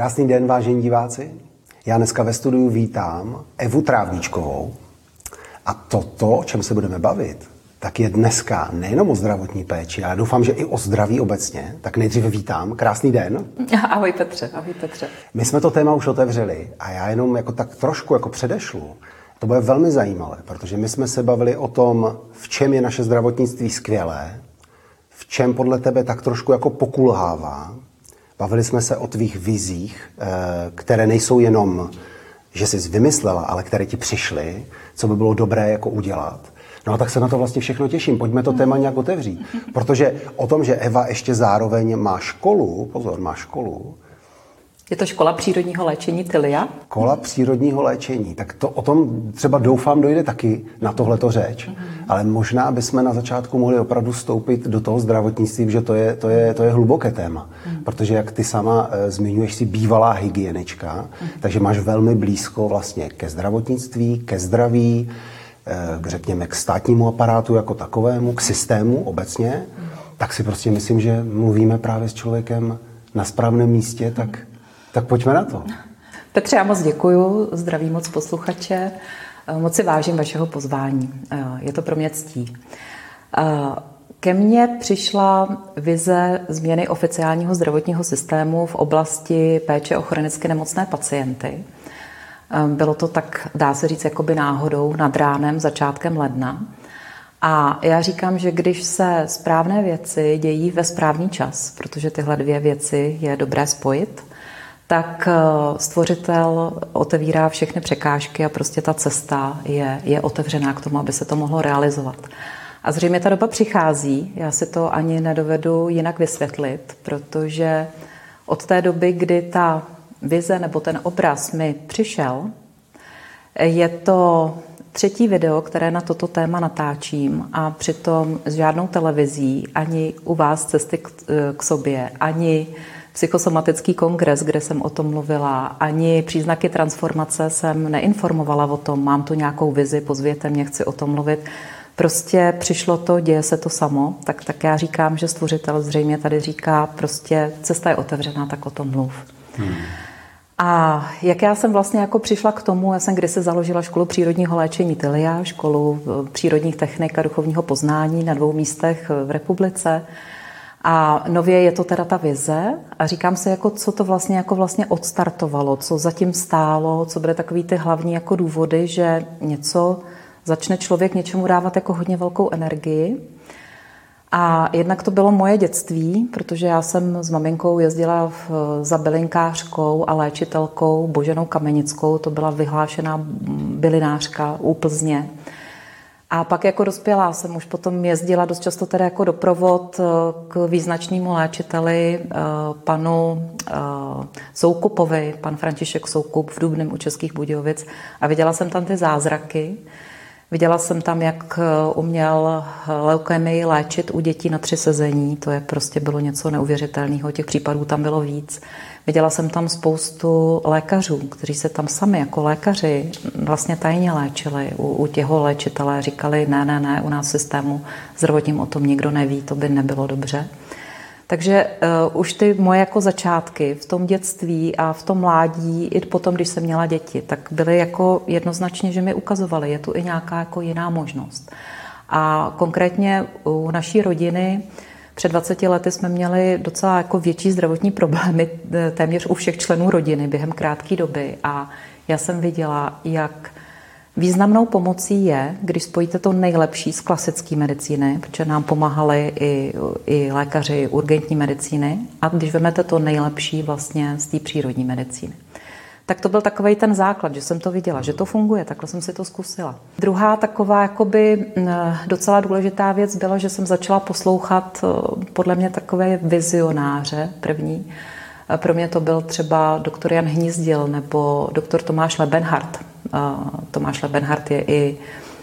Krásný den, vážení diváci. Já dneska ve studiu vítám Evu Trávníčkovou. A toto, o čem se budeme bavit, tak je dneska nejenom o zdravotní péči, ale doufám, že i o zdraví obecně. Tak nejdříve vítám. Krásný den. Ahoj Petře, ahoj Petře. My jsme to téma už otevřeli a já jenom jako tak trošku jako předešlu. To bude velmi zajímavé, protože my jsme se bavili o tom, v čem je naše zdravotnictví skvělé, v čem podle tebe tak trošku jako pokulhává. Bavili jsme se o tvých vizích, které nejsou jenom, že jsi vymyslela, ale které ti přišly, co by bylo dobré jako udělat. No a tak se na to vlastně všechno těším. Pojďme to téma nějak otevřít. Protože o tom, že Eva ještě zároveň má školu, pozor, má školu. Je to škola přírodního léčení Tilia? Škola přírodního léčení. Tak to o tom třeba doufám dojde taky na tohleto řeč. Ale možná bychom na začátku mohli opravdu vstoupit do toho zdravotnictví, že to je hluboké téma. Protože jak ty sama zmiňuješ, si bývalá hygienička, takže máš velmi blízko vlastně ke zdravotnictví, ke zdraví, řekněme k státnímu aparátu jako takovému, k systému obecně. Tak si prostě myslím, že mluvíme právě s člověkem na správném místě, tak pojďme na to. Petře, já moc děkuju, zdravím moc posluchače, moc si vážím vašeho pozvání. Je to pro mě ctí. Ke mně přišla vize změny oficiálního zdravotního systému v oblasti péče o chronicky nemocné pacienty. Bylo to tak, dá se říct, jakoby náhodou nad ránem, začátkem ledna. A já říkám, že když se správné věci dějí ve správný čas, protože tyhle dvě věci je dobré spojit, tak stvořitel otevírá všechny překážky a prostě ta cesta je otevřená k tomu, aby se to mohlo realizovat. A zřejmě ta doba přichází, já si to ani nedovedu jinak vysvětlit, protože od té doby, kdy ta vize nebo ten obraz mi přišel, je to třetí video, které na toto téma natáčím a přitom s žádnou televizí, ani u vás Cesty k sobě, ani psychosomatický kongres, kde jsem o tom mluvila, ani příznaky transformace jsem neinformovala o tom, mám tu nějakou vizi, pozvěte mě, chci o tom mluvit. Prostě přišlo to, děje se to samo, tak já říkám, že stvořitel zřejmě tady říká, prostě cesta je otevřená, tak o tom mluv. A jak já jsem vlastně jako přišla k tomu, já jsem kdysi založila školu přírodního léčení Tilia, školu přírodních technik a duchovního poznání na 2 místech v republice. A nově je to teda ta vize a říkám si, jako, co to vlastně odstartovalo, co zatím stálo, co byly takový ty hlavní jako důvody, že něco začne člověk něčemu dávat jako hodně velkou energii. A jednak to bylo moje dětství, protože já jsem s maminkou jezdila za bylinkářkou a léčitelkou Boženou Kamenickou, to byla vyhlášená bylinářka u Plzně. A pak jako dospělá jsem už potom jezdila dost často teda jako doprovod k význačnému léčiteli panu Soukupovi, pan František Soukup v Dubném u Českých Budějovic a viděla jsem tam ty zázraky. Viděla jsem tam, jak uměl leukémii léčit u dětí na 3 sezení. To je prostě bylo něco neuvěřitelného, těch případů tam bylo víc. Viděla jsem tam spoustu lékařů, kteří se tam sami jako lékaři vlastně tajně léčili. U těho léčitele říkali, ne, u nás v systému zdravotním o tom nikdo neví, to by nebylo dobře. Takže už ty moje jako začátky v tom dětství a v tom mládí, i potom, když jsem měla děti, tak byly jako jednoznačně, že mi ukazovali, je tu i nějaká jako jiná možnost. A konkrétně u naší rodiny před 20 lety jsme měli docela jako větší zdravotní problémy téměř u všech členů rodiny během krátké doby. A já jsem viděla, jak významnou pomocí je, když spojíte to nejlepší z klasické medicíny, protože nám pomáhali i lékaři urgentní medicíny, a když vezmete to nejlepší vlastně z té přírodní medicíny. Tak to byl takovej ten základ, že jsem to viděla, že to funguje, takhle jsem si to zkusila. Druhá taková jakoby docela důležitá věc byla, že jsem začala poslouchat podle mě takové vizionáře první. Pro mě to byl třeba doktor Jan Hnízdil nebo doktor Tomáš Lebenhardt. Tomáš Lebenhardt je i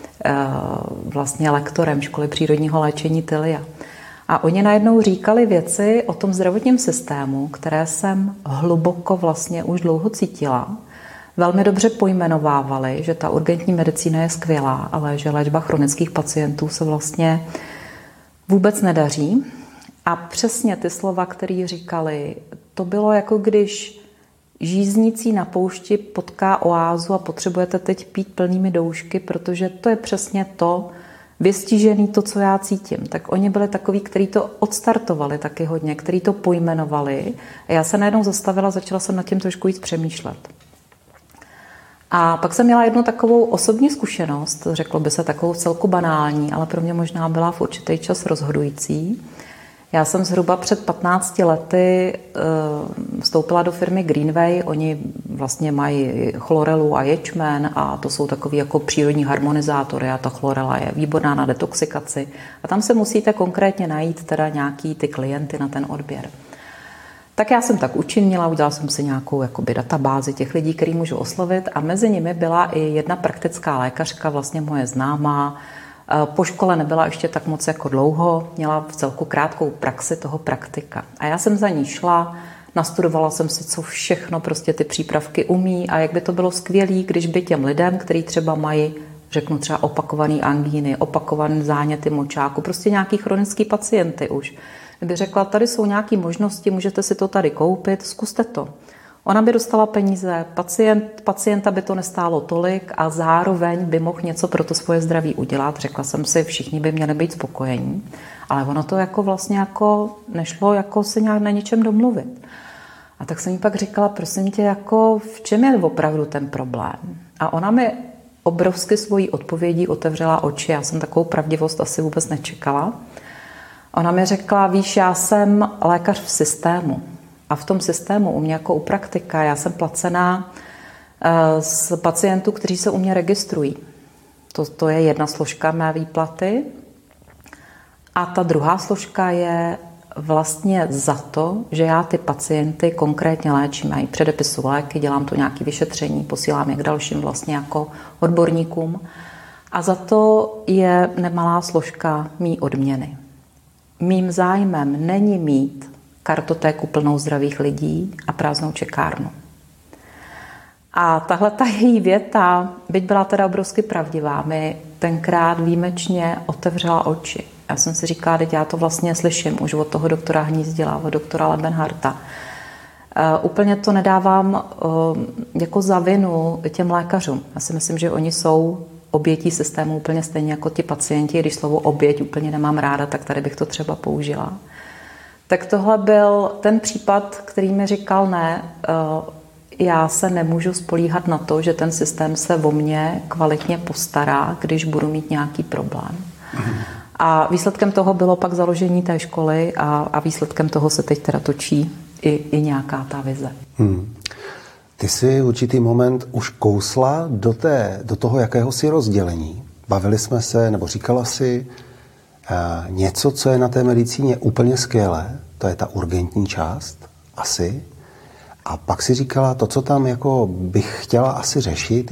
vlastně lektorem školy přírodního léčení Tilia. A oni najednou říkali věci o tom zdravotním systému, které jsem hluboko vlastně už dlouho cítila. Velmi dobře pojmenovávali, že ta urgentní medicína je skvělá, ale že léčba chronických pacientů se vlastně vůbec nedaří. A přesně ty slova, které říkali, to bylo jako když žíznící na poušti potká oázu a potřebujete teď pít plnými doušky, protože to je přesně to, vystižený to, co já cítím. Tak oni byli takoví, kteří to odstartovali taky hodně, kteří to pojmenovali. A já se najednou zastavila, začala jsem nad tím trošku víc přemýšlet. A pak jsem měla jednu takovou osobní zkušenost, řeklo by se takovou celku banální, ale pro mě možná byla v určitý čas rozhodující. Já jsem zhruba před 15 lety vstoupila do firmy Greenway. Oni vlastně mají chlorelu a ječmen a to jsou takový jako přírodní harmonizátory a ta chlorela je výborná na detoxikaci. A tam se musíte konkrétně najít teda nějaký ty klienty na ten odběr. Tak já jsem tak učinila, udělala jsem si nějakou jakoby databázi těch lidí, který můžu oslovit a mezi nimi byla i jedna praktická lékařka, vlastně moje známá. Po škole nebyla ještě tak moc jako dlouho, měla v celku krátkou praxi toho praktika. A já jsem za ní šla, nastudovala jsem si, co všechno prostě ty přípravky umí a jak by to bylo skvělé, když by těm lidem, kteří třeba mají, řeknu třeba opakovaný angíny, opakovaný záněty močáku, prostě nějaký chronický pacienty už, kdyby řekla, tady jsou nějaké možnosti, můžete si to tady koupit, zkuste to. Ona by dostala peníze, pacienta by to nestálo tolik a zároveň by mohl něco pro to svoje zdraví udělat. Řekla jsem si, všichni by měli být spokojení, ale ono to jako vlastně jako nešlo jako se nějak na něčem domluvit. A tak jsem jí pak říkala, prosím tě, jako v čem je opravdu ten problém? A ona mi obrovsky svojí odpovědí otevřela oči, já jsem takovou pravdivost asi vůbec nečekala. Ona mi řekla, víš, já jsem lékař v systému. A v tom systému u mě jako u praktika, já jsem placená z pacientů, kteří se u mě registrují. To je jedna složka mé výplaty. A ta druhá složka je vlastně za to, že já ty pacienty konkrétně léčím. Já jí předepisuji léky, dělám to nějaké vyšetření, posílám je k dalším vlastně jako odborníkům. A za to je nemalá složka mý odměny. Mým zájmem není mít kartotéku plnou zdravých lidí a prázdnou čekárnu. A tahle ta její věta, byť byla teda obrovsky pravdivá, mi tenkrát výjimečně otevřela oči. Já jsem si říkala, teď já to vlastně slyším už od toho doktora Hnízdila, od doktora Lebenharta. Úplně to nedávám jako za vinu těm lékařům. Já si myslím, že oni jsou obětí systému úplně stejně jako ti pacienti. Když slovo oběť úplně nemám ráda, tak tady bych to třeba použila. Tak tohle byl ten případ, který mi říkal, ne, já se nemůžu spolíhat na to, že ten systém se o mě kvalitně postará, když budu mít nějaký problém. A výsledkem toho bylo pak založení té školy a výsledkem toho se teď teda točí i nějaká ta vize. Ty jsi určitý moment už kousla do toho jakéhosi rozdělení. Bavili jsme se, nebo říkala si něco, co je na té medicíně úplně skvělé, to je ta urgentní část, asi. A pak si říkala, to, co tam jako bych chtěla asi řešit,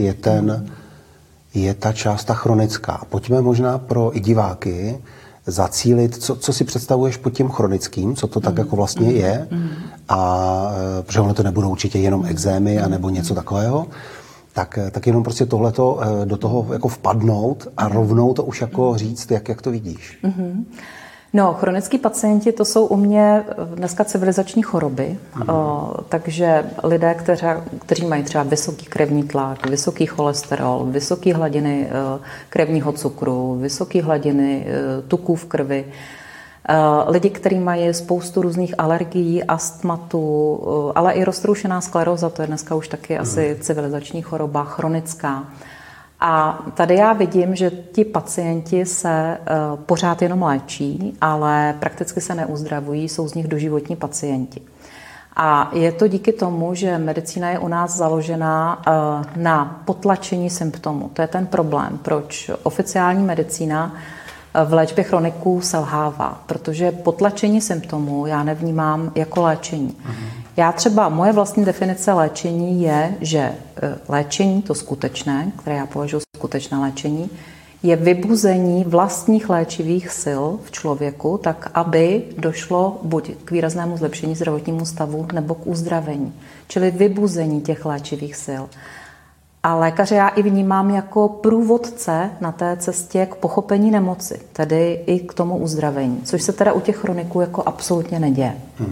je ta část ta chronická. Pojďme možná pro i diváky zacílit, co si představuješ pod tím chronickým, co to tak jako vlastně je, a protože ono to nebudou určitě jenom ekzémy a nebo něco takového, tak jenom prostě tohleto do toho jako vpadnout a rovnou to už jako říct, jak to vidíš. No, chronický pacienti, to jsou u mě dneska civilizační choroby, takže lidé, kteří mají třeba vysoký krevní tlak, vysoký cholesterol, vysoké hladiny krevního cukru, vysoké hladiny tuků v krvi, lidi, kteří mají spoustu různých alergií, astmatu, ale i roztroušená skleróza, to je dneska už taky asi civilizační choroba, chronická. A tady já vidím, že ti pacienti se pořád jenom léčí, ale prakticky se neuzdravují, jsou z nich doživotní pacienti. A je to díky tomu, že medicína je u nás založená na potlačení symptomů. To je ten problém, proč oficiální medicína v léčbě chroniků selhává, protože potlačení symptomů já nevnímám jako léčení. Já třeba, moje vlastní definice léčení je, že léčení, to skutečné, které já považuji skutečné léčení, je vybuzení vlastních léčivých sil v člověku, tak aby došlo buď k výraznému zlepšení zdravotnímu stavu nebo k uzdravení. Čili vybuzení těch léčivých sil. A lékaře já i vnímám jako průvodce na té cestě k pochopení nemoci, tedy i k tomu uzdravení, což se teda u těch chroniků jako absolutně neděje.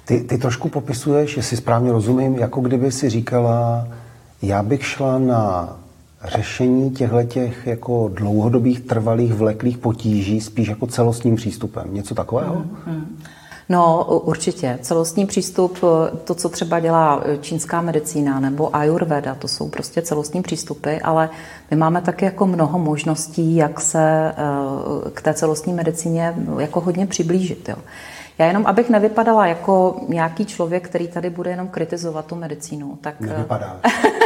Ty trošku popisuješ, jestli správně rozumím, jako kdyby si říkala, já bych šla na řešení těchto jako dlouhodobých, trvalých, vleklých potíží spíš jako celostním přístupem. Něco takového? No, určitě. Celostní přístup, to, co třeba dělá čínská medicína nebo ayurveda, to jsou prostě celostní přístupy, ale my máme taky jako mnoho možností, jak se k té celostní medicíně jako hodně přiblížit. Jo. Já jenom, abych nevypadala jako nějaký člověk, který tady bude jenom kritizovat tu medicínu, tak... Nevypadá.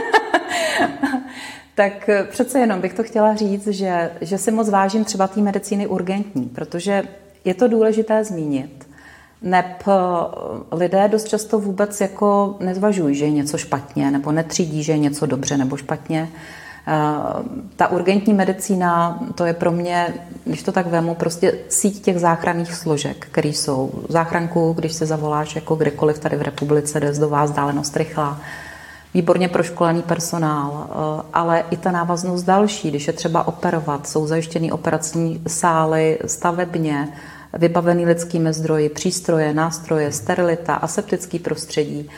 Tak přece jenom bych to chtěla říct, že si moc vážím třeba té medicíny urgentní, protože je to důležité zmínit. Neb lidé dost často vůbec jako nezvažují, že je něco špatně, nebo netřídí, že je něco dobře nebo špatně. Ta urgentní medicína, to je pro mě, když to tak vemu, prostě síť těch záchranných složek, které jsou. Záchranku, když se zavoláš jako kdekoliv tady v republice, dojezdová vzdálenost rychlá, výborně proškolený personál, ale i ta návaznost další, když je třeba operovat, jsou zajištěný operační sály stavebně, vybavený lidskými zdroji, přístroje, nástroje, sterilita, aseptický prostředí.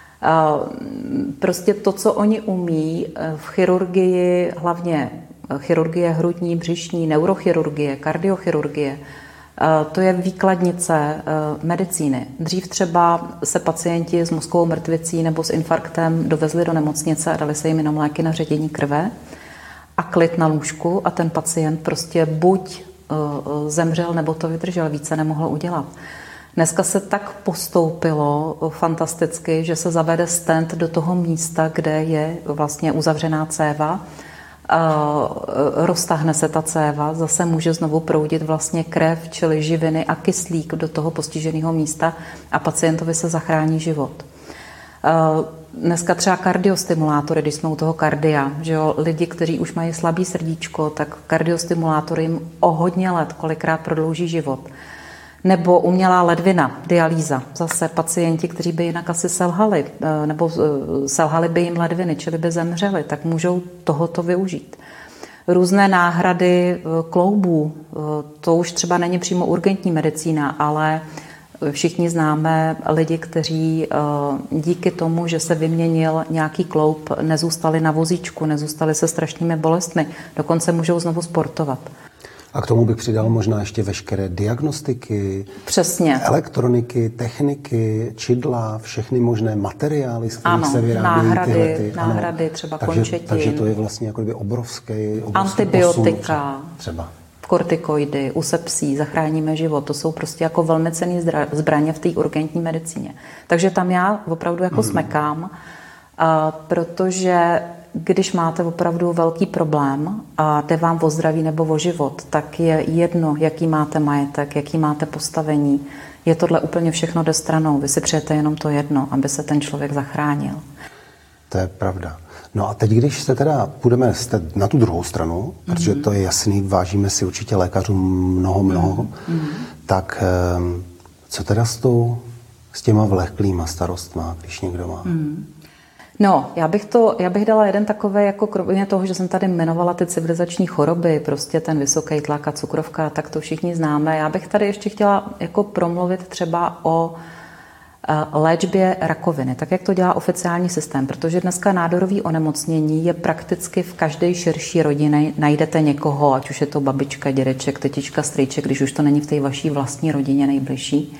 Prostě to, co oni umí v chirurgii, hlavně chirurgie hrudní, břišní, neurochirurgie, kardiochirurgie, to je výkladnice medicíny. Dřív třeba se pacienti s mozkovou mrtvicí nebo s infarktem dovezli do nemocnice a dali se jim jenom léky na ředění krve a klid na lůžku a ten pacient prostě buď zemřel nebo to vydržel, více nemohl udělat. Dneska se tak postoupilo fantasticky, že se zavede stent do toho místa, kde je vlastně uzavřená céva, roztáhne se ta céva, zase může znovu proudit vlastně krev, čili živiny a kyslík do toho postiženého místa a pacientovi se zachrání život. Dneska třeba kardiostimulátory, když jsme u toho kardia, že jo, lidi, kteří už mají slabý srdíčko, tak kardiostimulátory jim o hodně let kolikrát prodlouží život. Nebo umělá ledvina, dialýza. Zase pacienti, kteří by jinak asi selhali, nebo selhali by jim ledviny, čili by zemřeli, tak můžou tohoto využít. Různé náhrady kloubů, to už třeba není přímo urgentní medicína, ale všichni známe lidi, kteří díky tomu, že se vyměnil nějaký kloub, nezůstali na vozíčku, nezůstali se strašnými bolestmi, dokonce můžou znovu sportovat. A k tomu bych přidal možná ještě veškeré diagnostiky, přesně, elektroniky, techniky, čidla, všechny možné materiály, z kterých se vyrábějí náhrady třeba končetin. Takže to je vlastně jako obrovský antibiotika, třeba. Kortikoidy, u sepsí, zachráníme život. To jsou prostě jako velmi cenné zbraně v té urgentní medicíně. Takže tam já opravdu jako smekám, protože když máte opravdu velký problém a jde vám o zdraví nebo o život, tak je jedno, jaký máte majetek, jaký máte postavení. Je tohle úplně všechno jde stranou. Vy si přejete jenom to jedno, aby se ten člověk zachránil. To je pravda. No a teď, když se teda půjdeme na tu druhou stranu, protože to je jasný, vážíme si určitě lékařů mnoho, tak co teda s těma vleklýma starostma, když někdo má? No, já bych dala jeden takový, jako kromě toho, že jsem tady jmenovala ty civilizační choroby, prostě ten vysoký tlak a cukrovka, tak to všichni známe. Já bych tady ještě chtěla jako promluvit třeba o léčbě rakoviny, tak jak to dělá oficiální systém, protože dneska nádorový onemocnění je prakticky v každé širší rodině, najdete někoho, ať už je to babička, dědeček, tetička, strýček, když už to není v té vaší vlastní rodině nejbližší.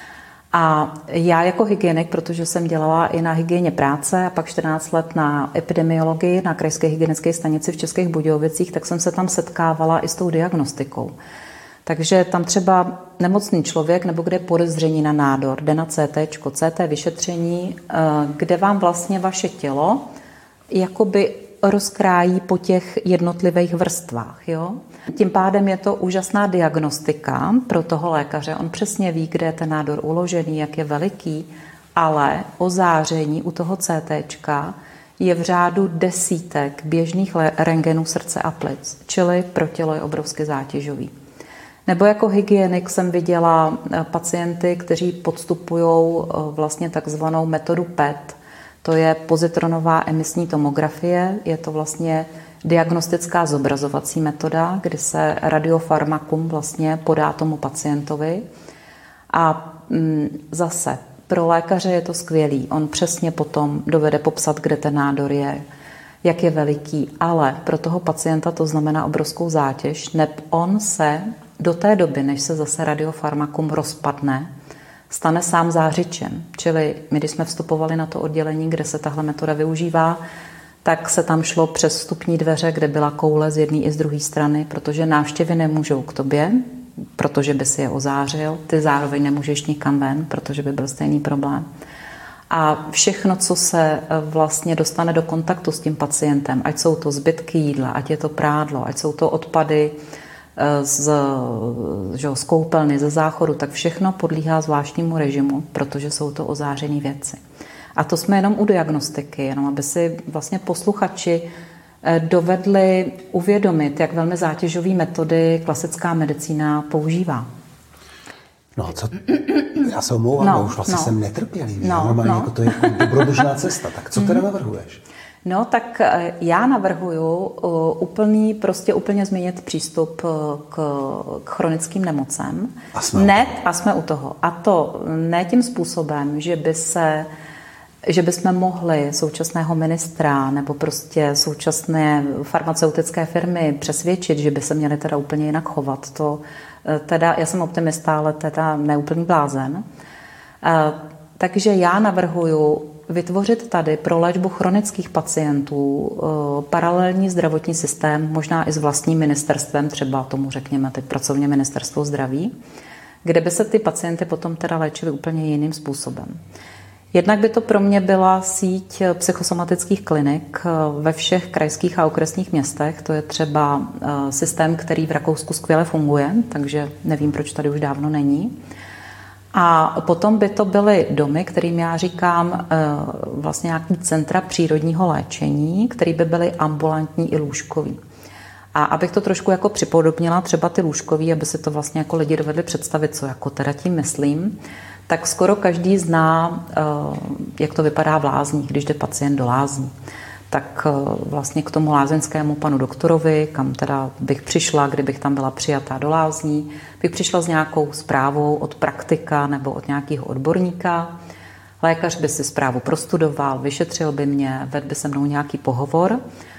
A já jako hygienik, protože jsem dělala i na hygieně práce a pak 14 let na epidemiologii na krajské hygienické stanici v Českých Budějovicích, tak jsem se tam setkávala i s tou diagnostikou. Takže tam třeba nemocný člověk, nebo kde je podezření na nádor, jde na CT vyšetření, kde vám vlastně vaše tělo jakoby rozkrájí po těch jednotlivých vrstvách. Jo? Tím pádem je to úžasná diagnostika pro toho lékaře. On přesně ví, kde je ten nádor uložený, jak je veliký, ale ozáření u toho CTčka je v řádu desítek běžných rentgenů srdce a plic, čili pro tělo je obrovsky zátěžový. Nebo jako hygienik jsem viděla pacienty, kteří podstupují vlastně takzvanou metodu PET. To je pozitronová emisní tomografie. Je to vlastně diagnostická zobrazovací metoda, kdy se radiofarmakum vlastně podá tomu pacientovi. A zase Pro lékaře je to skvělý. On přesně potom dovede popsat, kde ten nádor je, jak je veliký, ale pro toho pacienta to znamená obrovskou zátěž, neb on se do té doby, než se zase radiofarmakum rozpadne, stane sám zářičem. Čili my, když jsme vstupovali na to oddělení, kde se tahle metoda využívá, tak se tam šlo přes vstupní dveře, kde byla koule z jedné i z druhé strany, protože návštěvy nemůžou k tobě, protože by si je ozářil, ty zároveň nemůžeš nikam ven, protože by byl stejný problém. A všechno, co se vlastně dostane do kontaktu s tím pacientem, ať jsou to zbytky jídla, ať je to prádlo, ať jsou to odpady z koupelny, ze záchodu, tak všechno podléhá zvláštnímu režimu, protože jsou to ozářené věci. A to jsme jenom u diagnostiky, jenom aby si vlastně posluchači dovedli uvědomit, jak velmi zátěžové metody klasická medicína používá. No, co? Já se omlouvám, už vlastně jsem netrpělivý. Jako to je jako dobrodružná cesta. Tak co teda navrhuješ? No, tak já navrhuju úplně změnit přístup k chronickým nemocem. A jsme u toho. A to ne tím způsobem, že bychom mohli současného ministra nebo prostě současné farmaceutické firmy přesvědčit, že by se měli teda úplně jinak chovat. To teda, já jsem optimista, ale teda neúplný blázen. Takže já navrhuju vytvořit tady pro léčbu chronických pacientů paralelní zdravotní systém, možná i s vlastním ministerstvem, třeba tomu řekněme teď pracovně ministerstvo zdraví, kde by se ty pacienty potom teda léčily úplně jiným způsobem. Jednak by to pro mě byla síť psychosomatických klinik ve všech krajských a okresních městech. To je třeba systém, který v Rakousku skvěle funguje, takže nevím, proč tady už dávno není. A potom by to byly domy, kterým já říkám vlastně nějaký centra přírodního léčení, které by byly ambulantní i lůžkový. A abych to trošku jako připodobnila, třeba ty lůžkový, aby si to vlastně jako lidi dovedli představit, co jako teda tím myslím, tak skoro každý zná, jak to vypadá v lázních, když jde pacient do lázní. Tak vlastně k tomu lázeňskému panu doktorovi, kam teda bych přišla, kdybych tam byla přijatá do lázní, bych přišla s nějakou zprávou od praktika nebo od nějakého odborníka. Lékař by si zprávu prostudoval, vyšetřil by mě, vedl by se mnou nějaký pohovor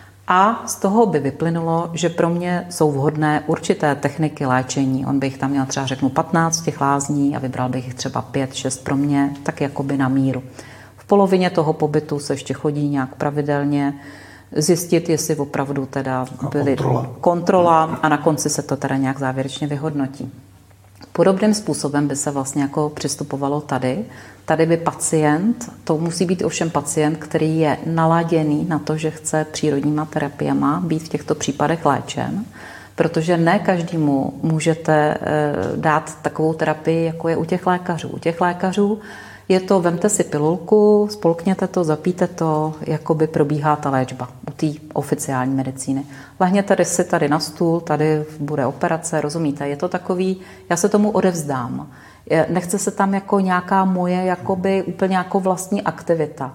a z toho by vyplynulo, že pro mě jsou vhodné určité techniky léčení. On by jich tam měl třeba řeknu 15 těch lázní a vybral bych jich třeba 5-6 pro mě, tak jakoby na míru. V polovině toho pobytu se ještě chodí nějak pravidelně zjistit, jestli opravdu teda byly kontrola a na konci se to teda nějak závěrečně vyhodnotí. Podobným způsobem by se vlastně jako přistupovalo tady. Tady by pacient, to musí být ovšem pacient, který je naladěný na to, že chce přírodníma terapiema být v těchto případech léčen, protože ne každému můžete dát takovou terapii, jako je u těch lékařů. U těch lékařů je to, vemte si pilulku, spolkněte to, zapijte to, jakoby probíhá ta léčba u té oficiální medicíny. Lehněte si tady na stůl, tady bude operace, rozumíte? Je to takový, já se tomu odevzdám. Nechce se tam jako nějaká moje, jakoby úplně jako vlastní aktivita.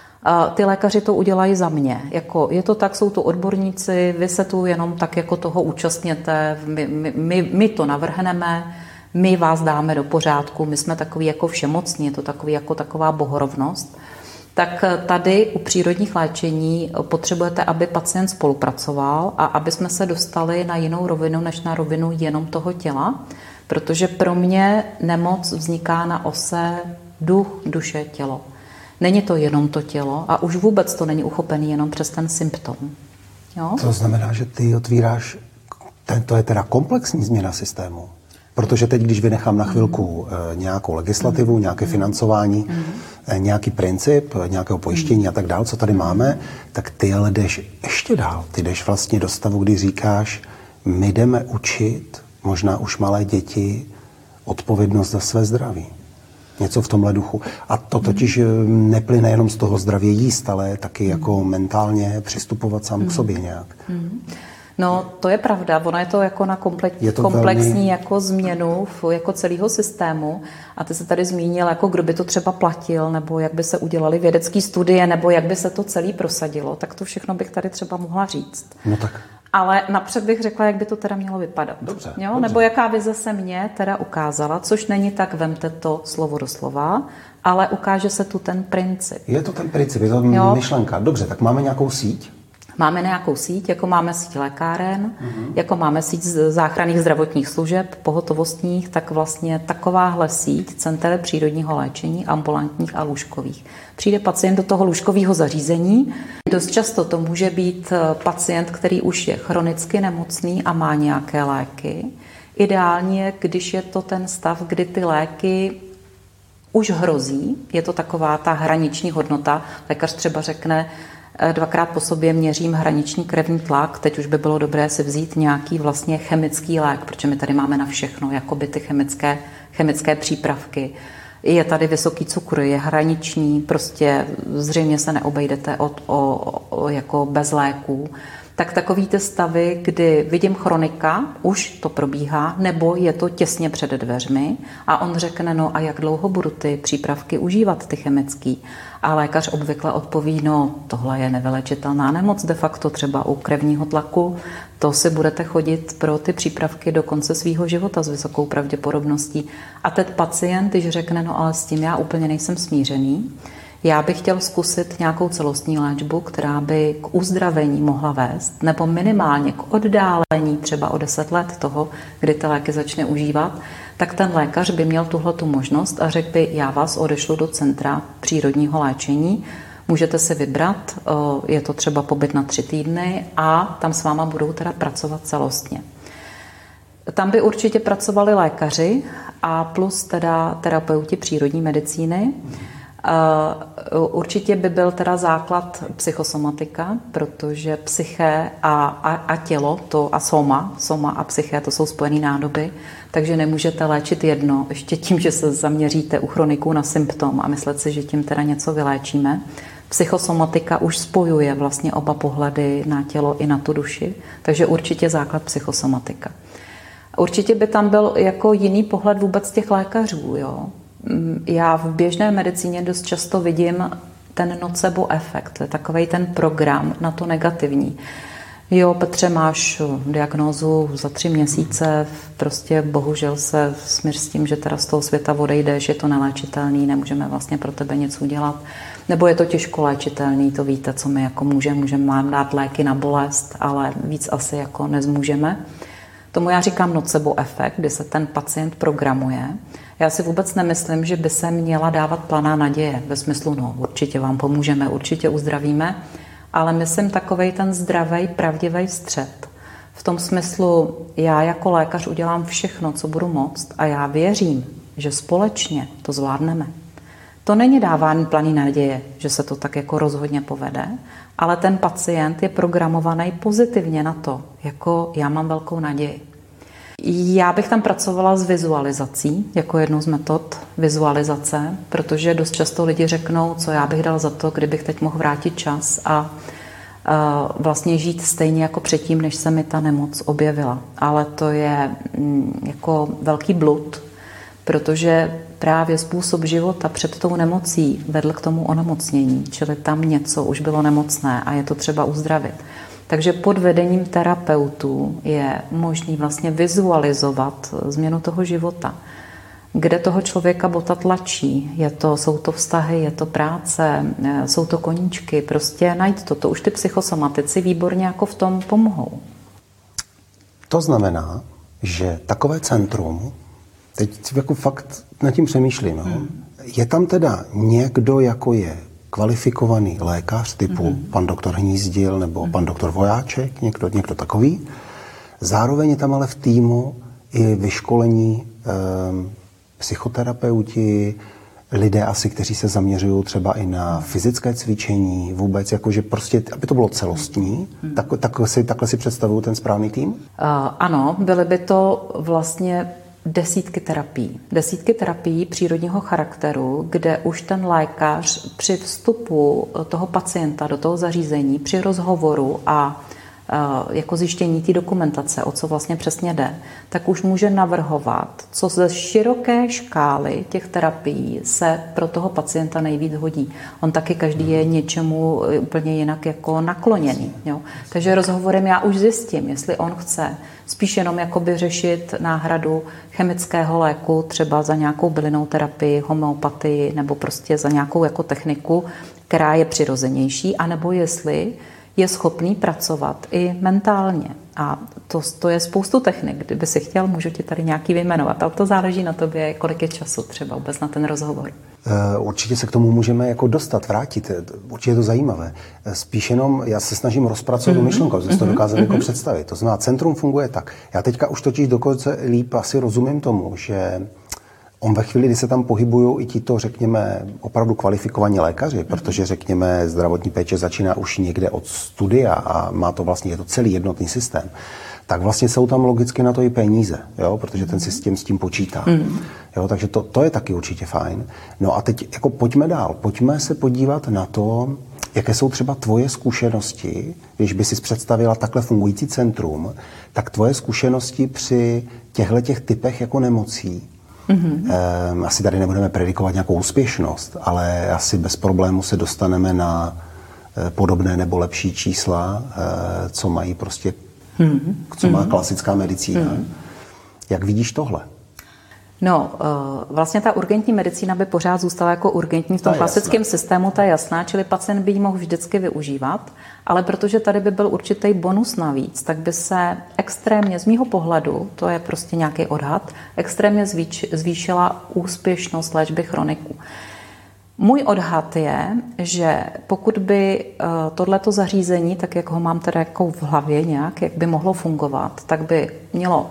Ty lékaři to udělají za mě. Jako, je to tak, jsou to odborníci, vy se tu jenom tak jako toho účastněte, my to navrhneme, my vás dáme do pořádku, my jsme takový jako všemocní, je to takový jako taková bohorovnost. Tak tady u přírodních léčení potřebujete, aby pacient spolupracoval a aby jsme se dostali na jinou rovinu, než na rovinu jenom toho těla, protože pro mě nemoc vzniká na ose duch, duše, tělo. Není to jenom to tělo a už vůbec to není uchopený jenom přes ten symptom. Jo? To znamená, že ty otvíráš, to je teda komplexní změna systému. Protože teď, když vynechám na chvilku nějakou legislativu, nějaké financování, nějaký princip, nějakého pojištění a tak dál, co tady máme, tak ty ale jdeš ještě dál. Ty jdeš vlastně do stavu, kdy říkáš, my jdeme učit, možná už malé děti, odpovědnost za své zdraví. Něco v tomhle duchu. A to totiž neplyne jenom z toho zdravě jíst, ale taky jako mentálně přistupovat sám k sobě nějak. No, to je pravda. Ono je to jako na komplexní jako změnu jako celého systému. A ty se tady zmínil, jako kdo by to třeba platil, nebo jak by se udělaly vědecké studie, nebo jak by se to celé prosadilo. Tak to všechno bych tady třeba mohla říct. No tak. Ale napřed bych řekla, jak by to teda mělo vypadat. Dobře. Nebo jaká vize se mně teda ukázala, což není tak, vemte to slovo do slova, ale ukáže se tu ten princip. Je to ten princip, je to myšlenka. Dobře, tak máme nějakou síť? Máme nějakou síť, jako máme síť lékáren, jako máme síť záchranných zdravotních služeb, pohotovostních, tak vlastně takováhle síť center přírodního léčení, ambulantních a lůžkových. Přijde pacient do toho lůžkového zařízení. Dost často to může být pacient, který už je chronicky nemocný a má nějaké léky. Ideální je, když je to ten stav, kdy ty léky už hrozí, je to taková ta hraniční hodnota. Lékař třeba řekne, 2krát po sobě měřím hraniční krevní tlak, teď už by bylo dobré si vzít nějaký vlastně chemický lék, protože my tady máme na všechno, jakoby ty chemické přípravky. Je tady vysoký cukr, je hraniční, prostě zřejmě se neobejdete jako bez léků. Tak takový ty stavy, kdy vidím chronika, už to probíhá, nebo je to těsně před dveřmi a on řekne, no a jak dlouho budu ty přípravky užívat, ty chemický. A lékař obvykle odpoví, no tohle je nevylečitelná nemoc, de facto třeba u krevního tlaku, to si budete chodit pro ty přípravky do konce svého života s vysokou pravděpodobností. A ten pacient, když řekne, no ale s tím já úplně nejsem smířený, já bych chtěl zkusit nějakou celostní léčbu, která by k uzdravení mohla vést, nebo minimálně k oddálení třeba o 10 let toho, kdy ty léky začne užívat, tak ten lékař by měl tuhletu možnost a řekl by, já vás odešlu do centra přírodního léčení, můžete si vybrat, je to třeba pobyt na 3 týdny a tam s váma budou teda pracovat celostně. Tam by určitě pracovali lékaři a plus teda terapeuti přírodní medicíny. Určitě by byl teda základ psychosomatika, protože psyché a tělo, to a soma a psyché, to jsou spojené nádoby, takže nemůžete léčit jedno, ještě tím, že se zaměříte u chroniků na symptom a myslet si, že tím teda něco vyléčíme. Psychosomatika už spojuje vlastně oba pohledy na tělo i na tu duši, takže určitě základ psychosomatika. Určitě by tam byl jako jiný pohled vůbec těch lékařů, jo. Já v běžné medicíně dost často vidím ten nocebo efekt, to je takovej ten program na to negativní. Jo, Petře, máš diagnózu za 3 měsíce, prostě bohužel se smíř s tím, že teda z toho světa odejdeš, je to neléčitelný, nemůžeme vlastně pro tebe nic udělat. Nebo je to těžko léčitelný, to víte, co my jako můžeme vám dát léky na bolest, ale víc asi jako nezmůžeme. Tomu já říkám nocebo efekt, kdy se ten pacient programuje. Já si vůbec nemyslím, že by se měla dávat planá naděje ve smyslu, no určitě vám pomůžeme, určitě uzdravíme, ale myslím takovej ten zdravý, pravdivý střed. V tom smyslu, já jako lékař udělám všechno, co budu moct a já věřím, že společně to zvládneme. To není dávání planý naděje, že se to tak jako rozhodně povede, ale ten pacient je programovaný pozitivně na to, jako já mám velkou naději. Já bych tam pracovala s vizualizací, jako jednou z metod vizualizace, protože dost často lidi řeknou, co já bych dal za to, kdybych teď mohl vrátit čas a vlastně žít stejně jako předtím, než se mi ta nemoc objevila. Ale to je jako velký blud, protože právě způsob života před tou nemocí vedl k tomu onemocnění, čili tam něco už bylo nemocné a je to třeba uzdravit. Takže pod vedením terapeutů je možný vlastně vizualizovat změnu toho života, kde toho člověka bota tlačí. Jsou to vztahy, je to práce, jsou to koníčky, prostě najít to. To už ty psychosomatici výborně jako v tom pomohou. To znamená, že takové centrum, teď jako fakt nad tím přemýšlím, je tam teda někdo, jako je kvalifikovaný lékař typu pan doktor Hnízdil nebo pan doktor Vojáček, někdo takový. Zároveň je tam ale v týmu i vyškolení psychoterapeuti, lidé asi, kteří se zaměřují třeba i na fyzické cvičení, vůbec jakože prostě, aby to bylo celostní, takhle si představuju ten správný tým? Ano, byly by to vlastně desítky terapií přírodního charakteru, kde už ten lékař při vstupu toho pacienta do toho zařízení, při rozhovoru a jako zjištění té dokumentace, o co vlastně přesně jde, tak už může navrhovat, co ze široké škály těch terapií se pro toho pacienta nejvíc hodí. On taky každý je něčemu úplně jinak jako nakloněný. Jo? Takže rozhovorem já už zjistím, jestli on chce spíš jenom jakoby řešit náhradu chemického léku, třeba za nějakou bylinnou terapii, homeopatii nebo prostě za nějakou jako techniku, která je přirozenější, anebo jestli je schopný pracovat i mentálně. A to je spoustu technik. Kdyby si chtěl, můžu ti tady nějaký vyjmenovat, ale to záleží na tobě, kolik je času třeba vůbec na ten rozhovor. Určitě se k tomu můžeme jako dostat, vrátit. Určitě je to zajímavé. Spíš jenom já se snažím rozpracovat tu myšlenku, abyste to dokázali jako představit. To znamená, centrum funguje tak. Já teďka už totiž dokonce líp asi rozumím tomu, že on ve chvíli, kdy se tam pohybují i tito, řekněme, opravdu kvalifikovaní lékaři, protože, řekněme, zdravotní péče začíná už někde od studia a má to vlastně, je to celý jednotný systém, tak vlastně jsou tam logicky na to i peníze, jo, protože ten systém s tím počítá. Jo, takže to je taky určitě fajn. No a teď jako pojďme dál, pojďme se podívat na to, jaké jsou třeba tvoje zkušenosti, když by si představila takhle fungující centrum, tak tvoje zkušenosti při těchto typech jako nemocí. Asi tady nebudeme predikovat nějakou úspěšnost, ale asi bez problému se dostaneme na podobné nebo lepší čísla, co mají prostě, co má klasická medicína. Jak vidíš tohle? No, vlastně ta urgentní medicína by pořád zůstala jako urgentní v tom klasickém systému, ta je jasná, čili pacient by ji mohl vždycky využívat, ale protože tady by byl určitý bonus navíc, tak by se extrémně, z mýho pohledu, to je prostě nějaký odhad, extrémně zvýšila úspěšnost léčby chroniků. Můj odhad je, že pokud by tohleto zařízení, tak jak ho mám teda jako v hlavě nějak, jak by mohlo fungovat, tak by mělo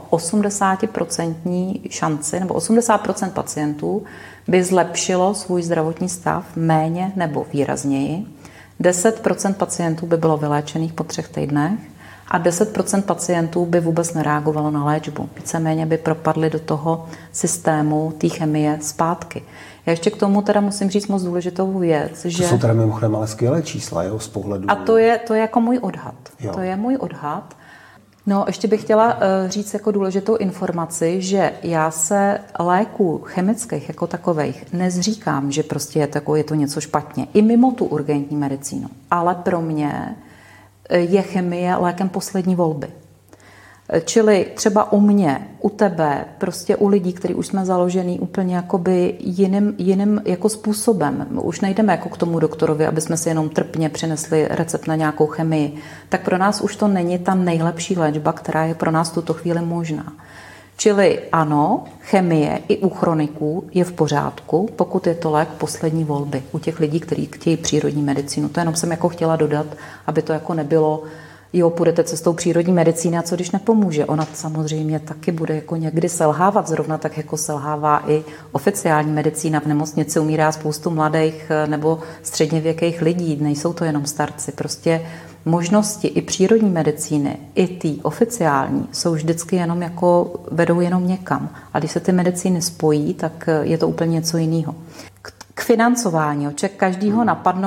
80% šanci, nebo 80% pacientů by zlepšilo svůj zdravotní stav méně nebo výrazněji. 10% pacientů by bylo vyléčených po 3 týdnech a 10% pacientů by vůbec nereagovalo na léčbu. Víceméně by propadli do toho systému té chemie zpátky. Já ještě k tomu teda musím říct moc důležitou věc, že... To jsou teda mimochodem ale skvělé čísla, jo, z pohledu... A to je jako můj odhad. Jo. To je můj odhad. No, ještě bych chtěla říct jako důležitou informaci, že já se léků chemických jako takových nezříkám, že prostě je to něco špatně. I mimo tu urgentní medicínu. Ale pro mě je chemie lékem poslední volby. Čili třeba u mě, u tebe, prostě u lidí, kteří už jsme založený úplně jakoby jiným jako způsobem. Už nejdeme jako k tomu doktorovi, aby jsme si jenom trpně přinesli recept na nějakou chemii. Tak pro nás už to není ta nejlepší léčba, která je pro nás v tuto chvíli možná. Čili ano, chemie i u chroniků je v pořádku, pokud je to lék poslední volby. U těch lidí, kteří chtějí přírodní medicínu. To jenom jsem jako chtěla dodat, aby to jako nebylo... Jo, půjdete cestou přírodní medicíny a co když nepomůže? Ona samozřejmě taky bude jako někdy selhávat, zrovna tak jako selhává i oficiální medicína. V nemocnici umírá spoustu mladých nebo středněvěkých lidí, nejsou to jenom starci. Prostě možnosti i přírodní medicíny, i ty oficiální jsou vždycky jenom jako vedou jenom někam. A když se ty medicíny spojí, tak je to úplně něco jiného. K financování, každýho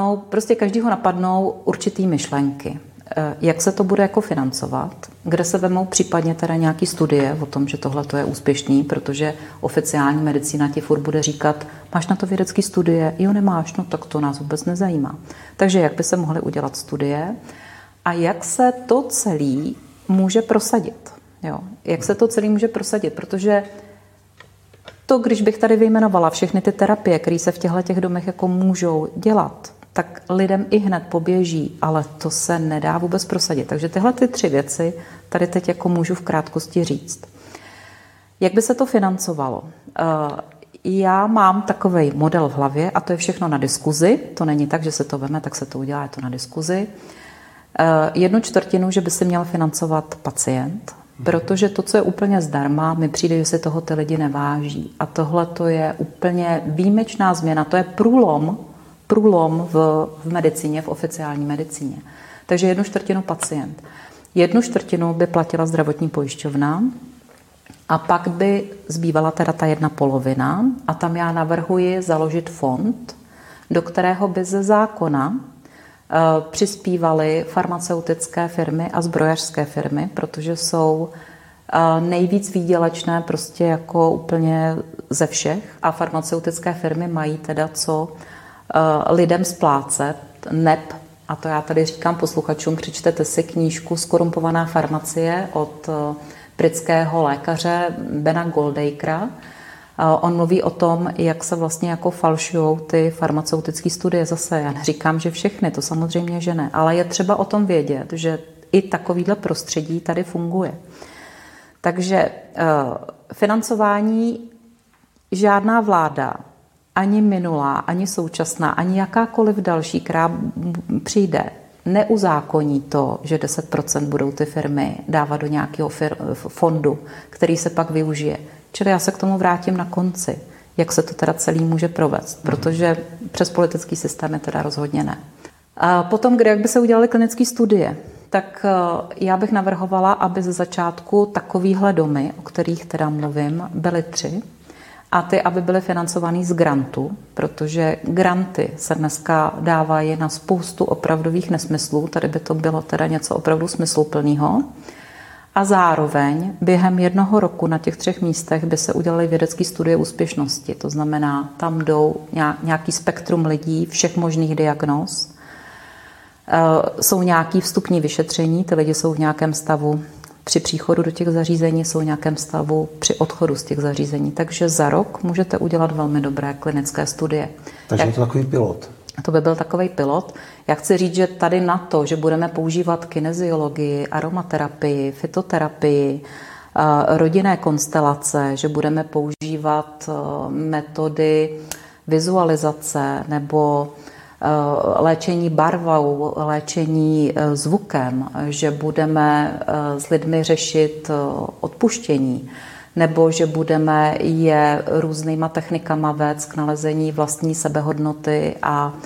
napadnou určitý myšlenky. Jak se to bude jako financovat, kde se vemou případně teda nějaký studie o tom, že tohle to je úspěšný, protože oficiální medicína ti furt bude říkat, máš na to vědecký studie, jo nemáš, no tak to nás vůbec nezajímá. Takže jak by se mohly udělat studie a jak se to celé může prosadit. Jo? Jak se to celé může prosadit, protože to, když bych tady vyjmenovala všechny ty terapie, které se v těchto domech jako můžou dělat, tak lidem i hned poběží, ale to se nedá vůbec prosadit. Takže tyhle 3 věci tady teď jako můžu v krátkosti říct. Jak by se to financovalo? Já mám takovej model v hlavě a to je všechno na diskuzi. To není tak, že se to veme, tak se to udělá, je to na diskuzi. 1/4, že by si měl financovat pacient, protože to, co je úplně zdarma, mi přijde, že si toho ty lidi neváží. A tohle to je úplně výjimečná změna, to je průlom v medicíně, v oficiální medicíně. Takže 1/4 pacient. 1/4 by platila zdravotní pojišťovna a pak by zbývala teda ta 1/2 a tam já navrhuji založit fond, do kterého by ze zákona přispívaly farmaceutické firmy a zbrojařské firmy, protože jsou nejvíc výdělečné prostě jako úplně ze všech a farmaceutické firmy mají teda co lidem splácet, neb, a to já tady říkám posluchačům, přečtete si knížku Zkorumpovaná farmacie od britského lékaře Bena Goldacra. On mluví o tom, jak se vlastně jako falšujou ty farmaceutické studie zase. Já neříkám, že všechny, to samozřejmě, že ne, ale je třeba o tom vědět, že i takovýhle prostředí tady funguje. Takže financování žádná vláda, ani minulá, ani současná, ani jakákoliv další, která přijde, neuzákoní to, že 10% budou ty firmy dávat do nějakého fondu, který se pak využije. Čili já se k tomu vrátím na konci, jak se to teda celý může provést, protože přes politický systém je teda rozhodně ne. A potom, jak by se udělaly klinické studie, tak já bych navrhovala, aby ze začátku takovýhle domy, o kterých teda mluvím, byly 3, a ty, aby byly financovaný z grantu, protože granty se dneska dávají na spoustu opravdových nesmyslů, tady by to bylo teda něco opravdu smysluplného. A zároveň během 1 roku na těch 3 místech by se udělaly vědecké studie úspěšnosti. To znamená, tam jdou nějaký spektrum lidí, všech možných diagnóz. Jsou nějaké vstupní vyšetření, ty lidi jsou v nějakém stavu při příchodu do těch zařízení, jsou v nějakém stavu při odchodu z těch zařízení. Takže za rok můžete udělat velmi dobré klinické studie. Takže je to takový pilot. To by byl takový pilot. Já chci říct, že tady na to, že budeme používat kineziologii, aromaterapii, fytoterapii, rodinné konstelace, že budeme používat metody vizualizace nebo léčení barvou, léčení zvukem, že budeme s lidmi řešit odpuštění, nebo že budeme je různýma technikama vést k nalezení vlastní sebehodnoty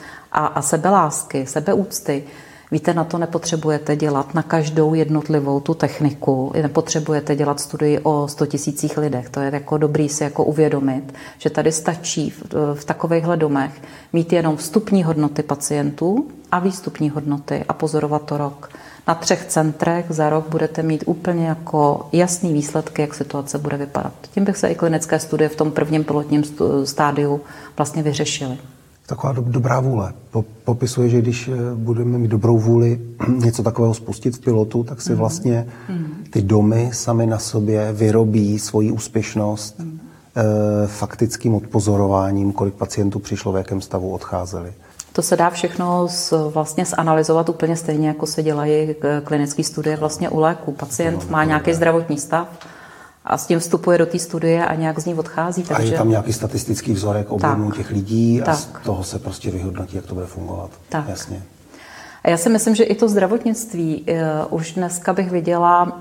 a sebelásky, sebeúcty. Víte, na to nepotřebujete dělat na každou jednotlivou tu techniku, nepotřebujete dělat studii o 100 000 lidech. To je jako dobrý si jako uvědomit, že tady stačí v takovýchhle domech mít jenom vstupní hodnoty pacientů a výstupní hodnoty a pozorovat to rok. Na 3 centrech za rok budete mít úplně jako jasný výsledky, jak situace bude vypadat. Tím bych se i klinické studie v tom prvním pilotním stádiu vlastně vyřešily. Taková dobrá vůle. Popisuje, že když budeme mít dobrou vůli něco takového spustit v pilotu, tak si vlastně ty domy sami na sobě vyrobí svoji úspěšnost faktickým odpozorováním, kolik pacientů přišlo, v jakém stavu odcházeli. To se dá všechno vlastně zanalyzovat úplně stejně, jako se dělají klinické studie vlastně u léku. Pacient má nějaký zdravotní stav a s tím vstupuje do té studie a nějak z ní odchází. Takže... A je tam nějaký statistický vzorek objemu těch lidí a tak. Z toho se prostě vyhodnotí, jak to bude fungovat. Tak. Jasně. A já si myslím, že i to zdravotnictví už dneska bych viděla,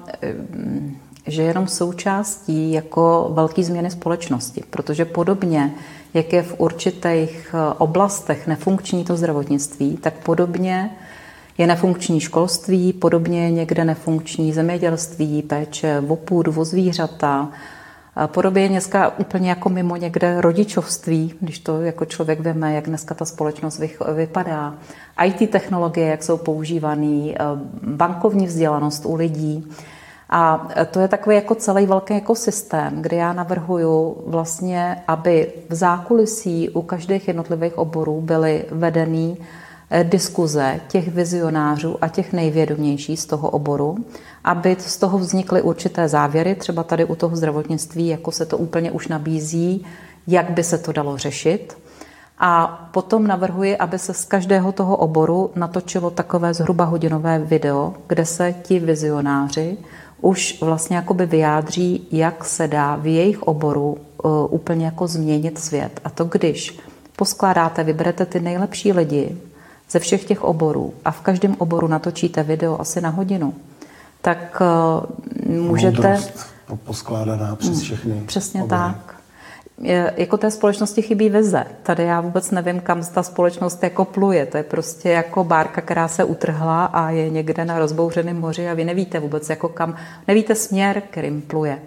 že je jenom součástí jako velké změny společnosti, protože podobně, jak je v určitých oblastech nefunkční to zdravotnictví, tak podobně je nefunkční školství, podobně je někde nefunkční zemědělství, péče o půdu, o zvířata. Podobně je dneska úplně jako mimo někde rodičovství, když to jako člověk víme, jak dneska ta společnost vypadá. IT technologie, jak jsou používané, bankovní vzdělanost u lidí. A to je takový jako celý velký ekosystém, kde já navrhuju vlastně, aby v zákulisí u každých jednotlivých oborů byly vedeny diskuze těch vizionářů a těch nejvědomějších z toho oboru, aby z toho vznikly určité závěry, třeba tady u toho zdravotnictví, jako se to úplně už nabízí, jak by se to dalo řešit. A potom navrhuji, aby se z každého toho oboru natočilo takové zhruba hodinové video, kde se ti vizionáři už vlastně jakoby vyjádří, jak se dá v jejich oboru úplně jako změnit svět. A to když poskládáte, vyberete ty nejlepší lidi ze všech těch oborů a v každém oboru natočíte video asi na hodinu, tak můžete... Moudrost poskládaná přes všechny Přesně obory. tak. Jako té společnosti chybí vize. Tady já vůbec nevím, kam ta společnost jako pluje. To je prostě jako bárka, která se utrhla a je někde na rozbouřeném moři a vy nevíte vůbec jako kam, nevíte směr, kterým pluje.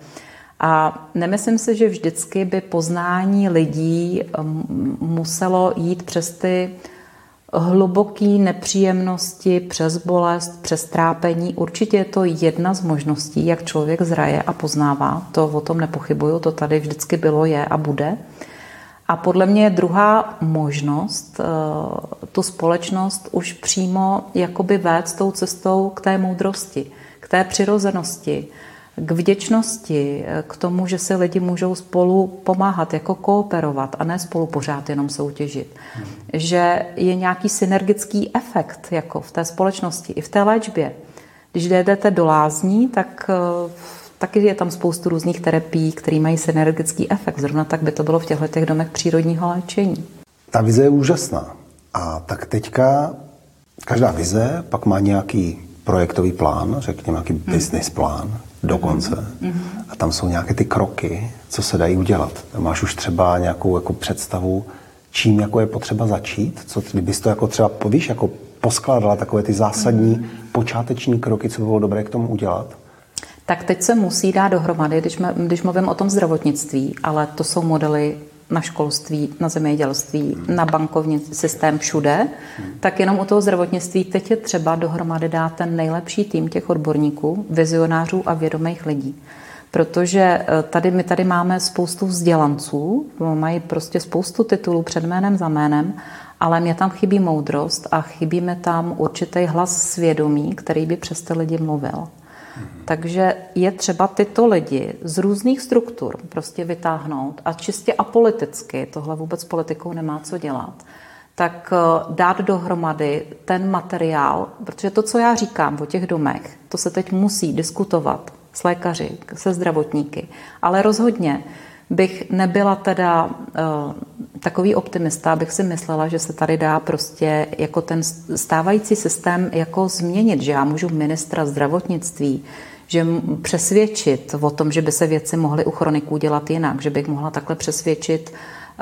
A nemyslím si, že vždycky by poznání lidí muselo jít přes ty hluboký nepříjemnosti přes bolest, přes trápení. Určitě je to jedna z možností, jak člověk zraje a poznává. To o tom nepochybuju, to tady vždycky bylo, je a bude. A podle mě je druhá možnost tu společnost už přímo jakoby vést tou cestou k té moudrosti, k té přirozenosti, k vděčnosti, k tomu, že si lidi můžou spolu pomáhat, jako kooperovat a ne spolu pořád jenom soutěžit. Že je nějaký synergický efekt jako v té společnosti i v té léčbě. Když jdete do lázní, tak taky je tam spoustu různých terapií, které mají synergický efekt. Zrovna tak by to bylo v těchto domech přírodního léčení. Ta vize je úžasná. A tak teďka každá vize pak má nějaký projektový plán, řekněme nějaký business plán dokonce. A tam jsou nějaké ty kroky, co se dají udělat. Máš už třeba nějakou jako představu, čím jako je potřeba začít? Co, kdybys to jako třeba, víš, jako poskládala takové ty zásadní počáteční kroky, co by bylo dobré k tomu udělat? Tak teď se musí dát dohromady, když mluvím o tom zdravotnictví, ale to jsou modely na školství, na zemědělství, na bankovní systém všude, tak jenom u toho zdravotnictví teď je třeba dohromady dát ten nejlepší tým těch odborníků, vizionářů a vědomých lidí. Protože my tady máme spoustu vzdělanců, mají prostě spoustu titulů před jménem za jménem, ale mě tam chybí moudrost a chybí mi tam určitý hlas svědomí, který by přes ty lidi mluvil. Takže je třeba tyto lidi z různých struktur prostě vytáhnout a čistě apoliticky, tohle vůbec s politikou nemá co dělat, tak dát dohromady ten materiál, protože to, co já říkám o těch domech, to se teď musí diskutovat s lékaři, se zdravotníky, ale rozhodně bych nebyla teda takový optimista, abych si myslela, že se tady dá prostě jako ten stávající systém jako změnit, že já můžu ministra zdravotnictví, že přesvědčit o tom, že by se věci mohly u chroniků dělat jinak, že bych mohla takhle přesvědčit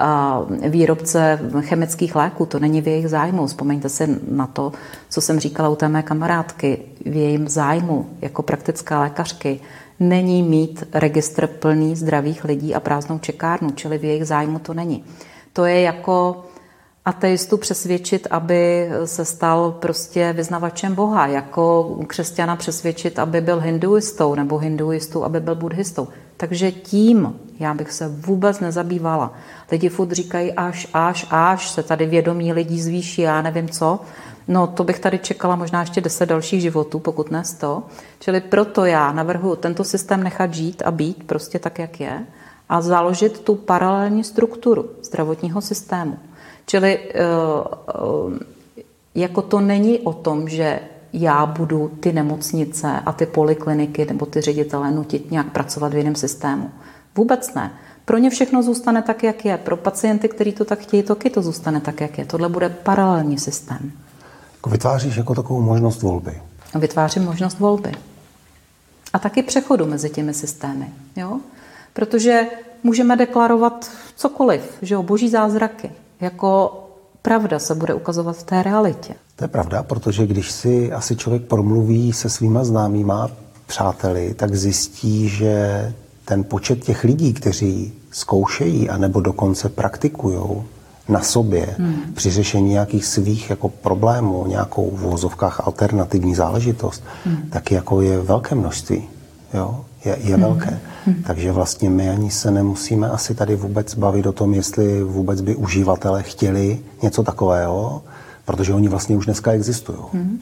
výrobce chemických léků, to není v jejich zájmu. Vzpomeňte si na to, co jsem říkala u té mé kamarádky, v jejím zájmu jako praktické lékařky není mít registr plný zdravých lidí a prázdnou čekárnu, čili v jejich zájmu to není. To je jako ateistu přesvědčit, aby se stal prostě vyznavačem Boha, jako křesťana přesvědčit, aby byl hinduistou, nebo hinduistu, aby byl buddhistou. Takže tím já bych se vůbec nezabývala. Lidi furt říkají, až se tady vědomí lidí zvýší, já nevím co. No to bych tady čekala možná ještě 10 dalších životů, pokud ne 100. Čili proto já navrhuji tento systém nechat žít a být prostě tak, jak je a založit tu paralelní strukturu zdravotního systému. Čili jako to není o tom, že já budu ty nemocnice a ty polikliniky nebo ty ředitele nutit nějak pracovat v jiném systému. Vůbec ne. Pro ně všechno zůstane tak, jak je. Pro pacienty, kteří to tak chtějí, to zůstane tak, jak je. Tohle bude paralelní systém. Vytváříš jako takovou možnost volby. Vytvářím možnost volby. A taky přechodu mezi těmi systémy. Jo? Protože můžeme deklarovat cokoliv, že jo, boží zázraky. Jako pravda se bude ukazovat v té realitě. To je pravda, protože když si asi člověk promluví se svýma známýma přáteli, tak zjistí, že ten počet těch lidí, kteří zkoušejí anebo dokonce praktikují na sobě při řešení nějakých svých jako problémů, nějakou v uvozovkách alternativní záležitost, tak jako je velké množství. Jo? Je velké. Takže vlastně my ani se nemusíme asi tady vůbec bavit o tom, jestli vůbec by uživatelé chtěli něco takového, protože oni vlastně už dneska existují.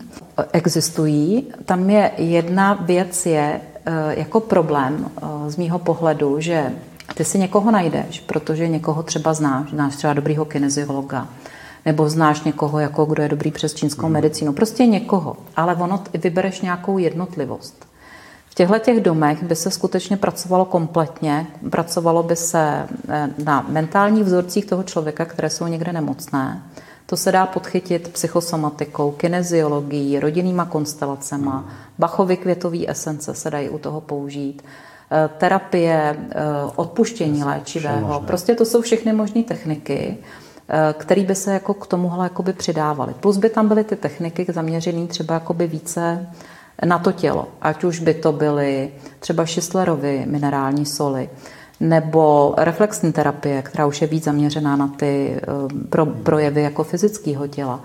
Existují. Tam je jedna věc jako problém z mýho pohledu, že ty si někoho najdeš, protože někoho třeba znáš třeba dobrýho kineziologa, nebo znáš někoho, jako kdo je dobrý přes čínskou medicínu, prostě někoho, ale ono vybereš nějakou jednotlivost. V těchto domech by se skutečně pracovalo kompletně, pracovalo by se na mentálních vzorcích toho člověka, které jsou někde nemocné. To se dá podchytit psychosomatikou, kineziologií, rodinnýma konstelacema, Bachovy květový esence se dají u toho použít, terapie, odpuštění léčivého. Prostě to jsou všechny možné techniky, které by se jako k tomuhle jakoby přidávaly. Plus by tam byly ty techniky zaměřené třeba jakoby více na to tělo. Ať už by to byly třeba Schistlerovy minerální soli, nebo reflexní terapie, která už je víc zaměřená na ty projevy jako fyzického těla.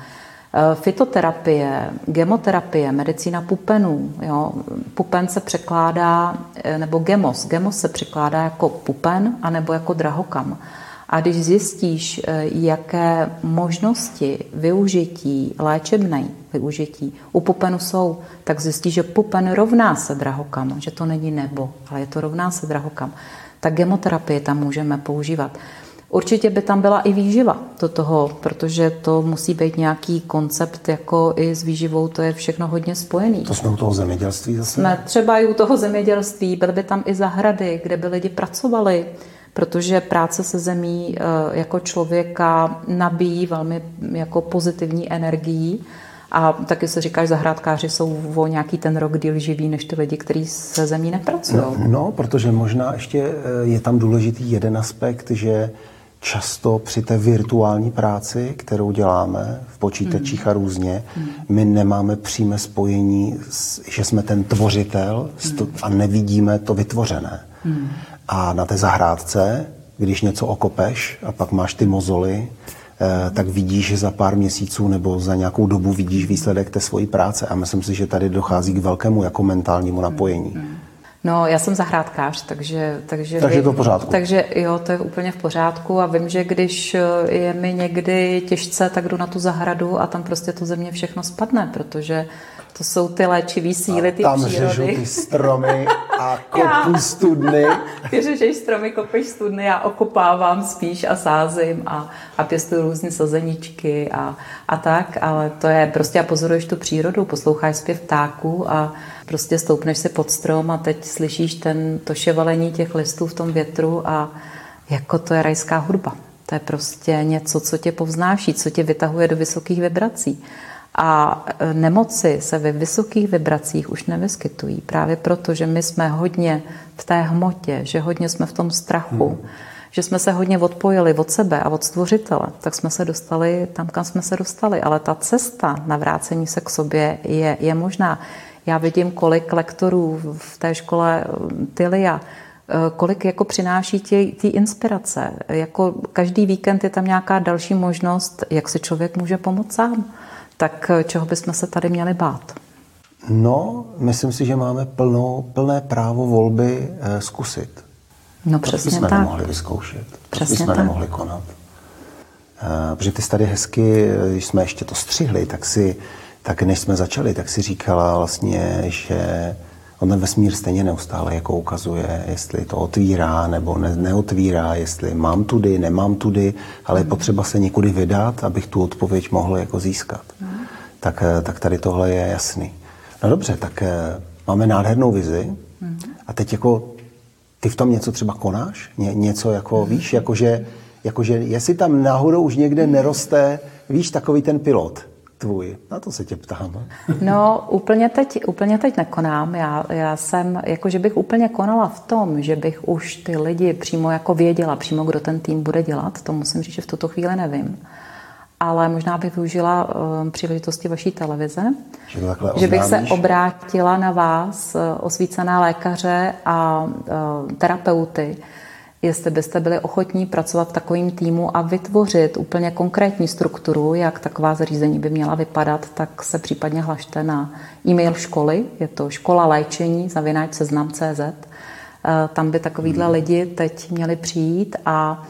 Fytoterapie, gemoterapie, medicína pupenů. Jo. Pupen se překládá, nebo gemos se překládá jako pupen anebo jako drahokam. A když zjistíš, jaké možnosti využití, léčebné využití u pupenu jsou, tak zjistíš, že pupen rovná se drahokam, že to není nebo, ale je to rovná se drahokam. Tak gemoterapii tam můžeme používat. Určitě by tam byla i výživa do toho, protože to musí být nějaký koncept jako i s výživou, to je všechno hodně spojený. To jsme u toho zemědělství zase? Jsme třeba i u toho zemědělství, byly by tam i zahrady, kde by lidi pracovali, protože práce se zemí jako člověka nabíjí velmi jako pozitivní energií. A taky se říká, že zahrádkáři jsou o nějaký ten rok díl živí než ty lidi, kteří se zemí nepracují. No, protože možná ještě je tam důležitý jeden aspekt, že často při té virtuální práci, kterou děláme v počítačích a různě, my nemáme přímé spojení, že jsme ten tvořitel a nevidíme to vytvořené. A na té zahrádce, když něco okopeš a pak máš ty mozoly, tak vidíš, že za pár měsíců nebo za nějakou dobu vidíš výsledek té svojí práce. A myslím si, že tady dochází k velkému jako mentálnímu napojení. No, já jsem zahrádkář, takže je to v pořádku. Takže jo, to je úplně v pořádku a vím, že když je mi někdy těžce, tak jdu na tu zahradu a tam prostě to ze mě všechno spadne, protože to jsou ty léčivý síly, ty tam přírody. řežu ty stromy a kopu studny. Ty řežeš stromy, kopeš studny, já okopávám spíš a sázím a pěstuju různé sazeničky a tak, ale to je prostě a pozoruješ tu přírodu, posloucháš zpěv ptáků a prostě stoupneš si pod strom a teď slyšíš to ševalení těch listů v tom větru a jako to je rajská hudba. To je prostě něco, co tě povznáší, co tě vytahuje do vysokých vibrací. A nemoci se ve vysokých vibracích už nevyskytují. Právě proto, že my jsme hodně v té hmotě, že hodně jsme v tom strachu, že jsme se hodně odpojili od sebe a od stvořitele, tak jsme se dostali tam, kam jsme se dostali. Ale ta cesta na vrácení se k sobě je možná. Já vidím, kolik lektorů v té škole Tilia, kolik jako přináší ty inspirace. Jako každý víkend je tam nějaká další možnost, jak si člověk může pomoct sám. Tak čeho bychom se tady měli bát? No, myslím si, že máme plné právo volby zkusit. No přesně jsme tak. nemohli vyzkoušet. Přesně jsme tak. nemohli konat. Protože ty jsi tady hezky, když jsme ještě to střihli, tak než jsme začali, tak si říkala vlastně, že on ten vesmír stejně neustále jako ukazuje, jestli to otvírá nebo neotvírá, jestli mám tudy, nemám tudy, ale je potřeba se někudy vydat, abych tu odpověď mohl jako získat. Tak tady tohle je jasný. No dobře, tak máme nádhernou vizi a teď jako ty v tom něco třeba konáš? Něco jako víš, jakože jestli tam náhodou už někde neroste, víš, takový ten pilot tvůj. Na to se tě ptám. No, úplně teď nekonám. Já jsem, jakože bych úplně konala v tom, že bych už ty lidi přímo jako věděla, přímo kdo ten tým bude dělat, to musím říct, že v tuto chvíli nevím. Ale možná bych využila příležitosti vaší televize, že bych se obrátila na vás, osvícené lékaře a terapeuty, jestli byste byli ochotní pracovat v takovém týmu a vytvořit úplně konkrétní strukturu, jak taková zařízení by měla vypadat, tak se případně hlašte na e-mail školy, je to škola-léčení@seznam.cz. Tam by takovýhle lidi teď měli přijít a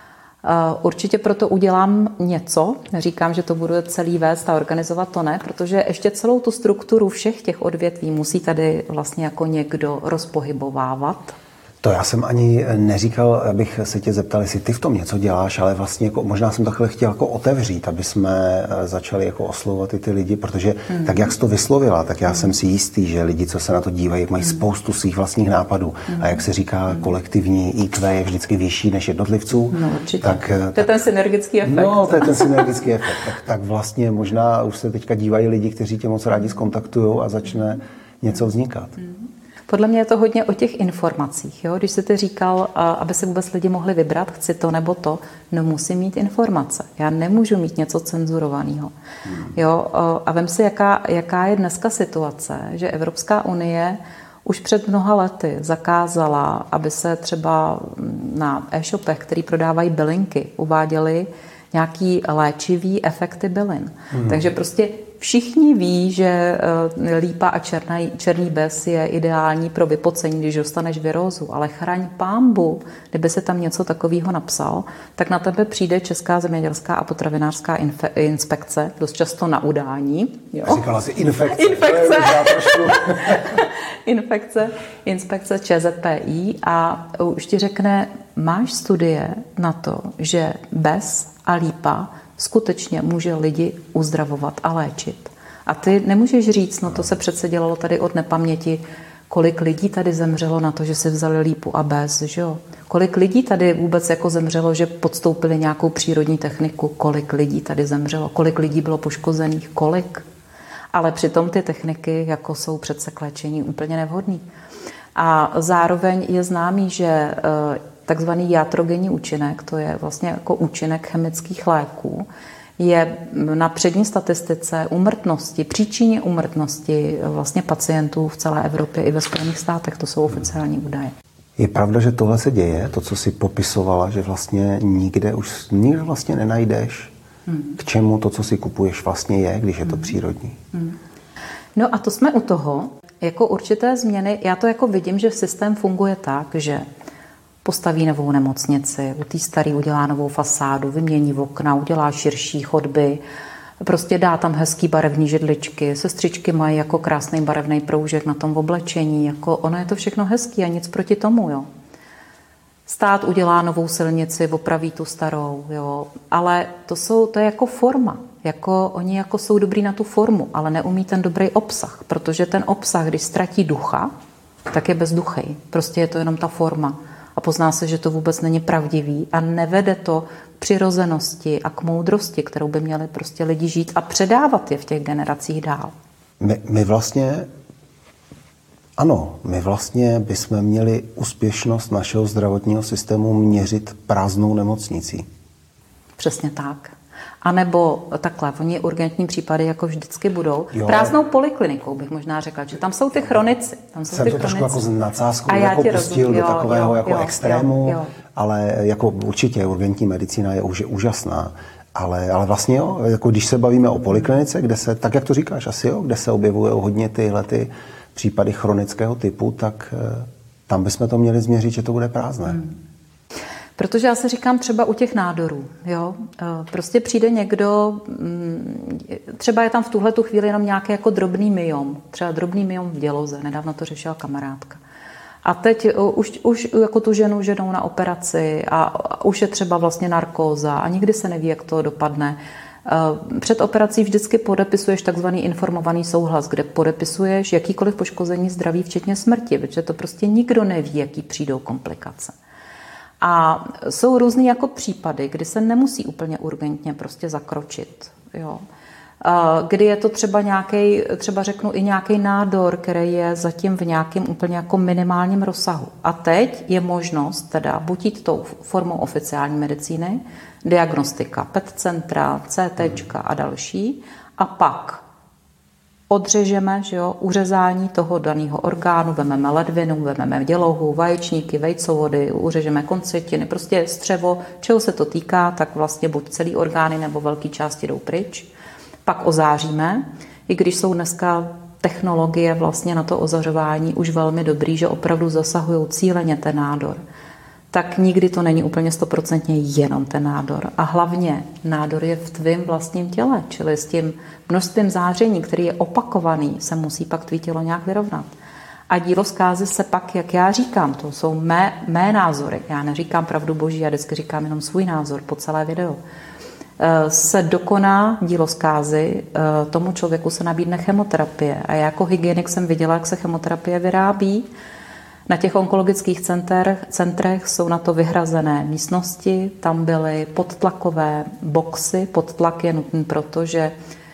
určitě proto udělám něco. Neříkám, že to budu celý vést a organizovat, to ne, protože ještě celou tu strukturu všech těch odvětví musí tady vlastně jako někdo rozpohybovávat. To já jsem ani neříkal, abych se tě zeptal, jestli ty v tom něco děláš, ale vlastně jako, možná jsem takhle chtěl jako otevřít, aby jsme začali jako oslovovat i ty lidi, protože tak, jak jsi to vyslovila, tak já jsem si jistý, že lidi, co se na to dívají, mají spoustu svých vlastních nápadů. A jak se říká, kolektivní IQ je vždycky vyšší než jednotlivců. No určitě. To je ten synergický efekt. No, to je ten synergický efekt. Tak vlastně možná už se teďka dívají lidi, kteří tě moc rádi zkontaktujou a začne něco vznikat. Podle mě je to hodně o těch informacích. Jo? Když jsi ty říkal, aby se vůbec lidi mohli vybrat, chci to nebo to, no musím mít informace. Já nemůžu mít něco cenzurovaného. Jo? A vem si, jaká je dneska situace, že Evropská unie už před mnoha lety zakázala, aby se třeba na e-shopech, který prodávají bylinky, uváděly nějaký léčivý efekty bylin. Takže prostě všichni ví, že lípa a černý bez je ideální pro vypocení, když dostaneš virózu, ale chraň pánbu, kdyby se tam něco takového napsal, tak na tebe přijde Česká zemědělská a potravinářská inspekce, dost často na udání. Jo? Říkala jsi infekce. Inspekce ČZPI a už ti řekne, máš studie na to, že bez a lípa skutečně může lidi uzdravovat a léčit. A ty nemůžeš říct, no to se přece dělalo tady od nepaměti, kolik lidí tady zemřelo na to, že si vzali lípu a bez, že jo? Kolik lidí tady vůbec jako zemřelo, že podstoupili nějakou přírodní techniku, kolik lidí tady zemřelo, kolik lidí bylo poškozených, kolik. Ale přitom ty techniky jako jsou přece k léčení úplně nevhodný. A zároveň je známý, že takzvaný iatrogenní účinek, to je vlastně jako účinek chemických léků, je na přední statistice úmrtnosti, příčině úmrtnosti vlastně pacientů v celé Evropě i ve Spojených státech. To jsou oficiální údaje. Je pravda, že tohle se děje, to, co jsi popisovala, že vlastně nikde vlastně nenajdeš, k čemu to, co si kupuješ, vlastně je, když je to přírodní. No a to jsme u toho, jako určité změny, já to jako vidím, že systém funguje tak, že postaví novou nemocnici, u té staré udělá novou fasádu, vymění okna, udělá širší chodby, prostě dá tam hezký barevný židličky, sestřičky mají jako krásný barevný proužek na tom oblečení, jako ono je to všechno hezký a nic proti tomu, jo. Stát udělá novou silnici, opraví tu starou, jo, ale to je jako forma, jako oni jako jsou dobrý na tu formu, ale neumí ten dobrý obsah, protože ten obsah, když ztratí ducha, tak je bezduchej, prostě je to jenom ta forma. A pozná se, že to vůbec není pravdivý a nevede to k přirozenosti a k moudrosti, kterou by měli prostě lidi žít a předávat je v těch generacích dál. My vlastně bychom měli úspěšnost našeho zdravotního systému měřit prázdnou nemocnicí. Přesně tak. A nebo takhle, oni urgentní případy jako vždycky budou. Jo. Prázdnou poliklinikou bych možná řekla, že tam jsou ty chronici. Jsem to trošku jako s nadsázkou jako pustil do takového extrému, ale jako určitě urgentní medicína je úžasná. Ale vlastně jo, jako když se bavíme o poliklinice, kde se, tak jak to říkáš, asi jo, kde se objevují hodně tyhle ty případy chronického typu, tak tam bychom to měli změřit, že to bude prázdné. Protože já si říkám třeba u těch nádorů, jo, prostě přijde někdo, třeba je tam v tuhletu chvíli jenom nějaký jako drobný myom, třeba drobný myom v děloze, nedávno to řešila kamarádka. A teď už jako tu ženu ženou na operaci a už je třeba vlastně narkóza a nikdy se neví, jak to dopadne. Před operací vždycky podepisuješ takzvaný informovaný souhlas, kde podepisuješ jakýkoliv poškození zdraví, včetně smrti, protože to prostě nikdo neví, jaký přijdou komplikace. A jsou různý jako případy, kdy se nemusí úplně urgentně prostě zakročit, jo. Kdy je to třeba nějaký, třeba řeknu i nějaký nádor, který je zatím v nějakém úplně jako minimálním rozsahu. A teď je možnost teda buď jít tou formou oficiální medicíny, diagnostika, PET centra, CTčka a další, a pak odřežeme, že jo, uřezání toho daného orgánu, vememe ledvinu, vememe dělohu, vaječníky, vejcovody, uřežeme koncertiny, prostě střevo, čeho se to týká, tak vlastně buď celý orgány nebo velké části jdou pryč. Pak ozáříme, i když jsou dneska technologie vlastně na to ozařování už velmi dobrý, že opravdu zasahují cíleně ten nádor, tak nikdy to není úplně 100% jenom ten nádor. A hlavně nádor je v tvém vlastním těle, čili s tím množstvím záření, který je opakovaný, se musí pak tvý tělo nějak vyrovnat. A dílo zkázy se pak, jak já říkám, to jsou mé názory, já neříkám pravdu boží, já vždycky říkám jenom svůj názor po celé video, se dokoná dílo zkázy, tomu člověku se nabídne chemoterapie. A já jako hygienik jsem viděla, jak se chemoterapie vyrábí. Na těch onkologických centrech jsou na to vyhrazené místnosti, tam byly podtlakové boxy. Podtlak je nutný proto, že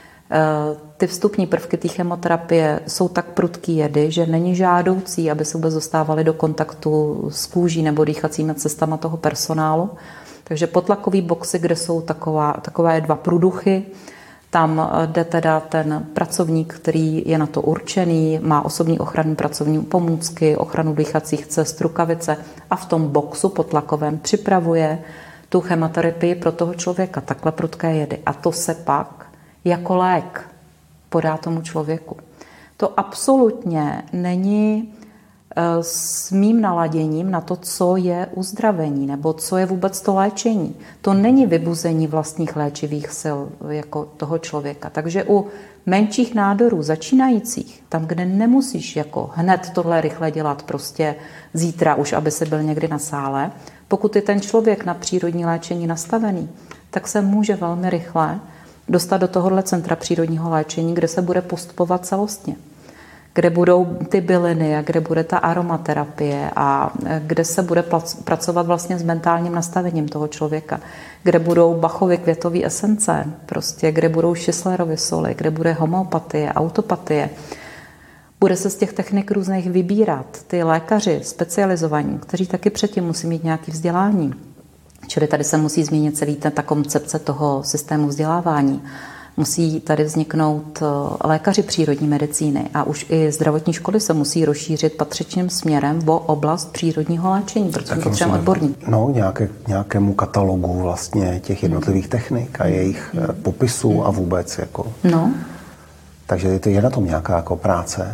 ty vstupní prvky té chemoterapie jsou tak prudký jedy, že není žádoucí, aby se vůbec dostávaly do kontaktu s kůží nebo dýchacími cestama toho personálu. Takže podtlakový boxy, kde jsou takové dva průduchy, tam jde teda ten pracovník, který je na to určený, má osobní ochranný pracovní pomůcky, ochranu dýchacích cest, rukavice a v tom boxu podtlakovém připravuje tu chemoterapii pro toho člověka, takhle prudké jedy. A to se pak jako lék podá tomu člověku. To absolutně není s mým naladěním na to, co je uzdravení nebo co je vůbec to léčení. To není vybuzení vlastních léčivých sil jako toho člověka. Takže u menších nádorů, začínajících, tam, kde nemusíš jako hned tohle rychle dělat prostě zítra už, aby se byl někdy na sále, pokud je ten člověk na přírodní léčení nastavený, tak se může velmi rychle dostat do tohohle centra přírodního léčení, kde se bude postupovat celostně. Kde budou ty byliny a kde bude ta aromaterapie a kde se bude pracovat vlastně s mentálním nastavením toho člověka, kde budou Bachovy květové esence, prostě, kde budou Schisslerovy soli, kde bude homeopatie, autopatie. Bude se z těch technik různých vybírat ty lékaři specializovaní, kteří taky předtím musí mít nějaké vzdělání. Čili tady se musí změnit celý ta koncepce toho systému vzdělávání. Musí tady vzniknout lékaři přírodní medicíny a už i zdravotní školy se musí rozšířit patřičným směrem o oblast přírodního léčení, protože potřebujeme odborník. No, nějakému katalogu vlastně těch jednotlivých technik a jejich popisů a vůbec jako. No. Takže je na tom nějaká jako práce,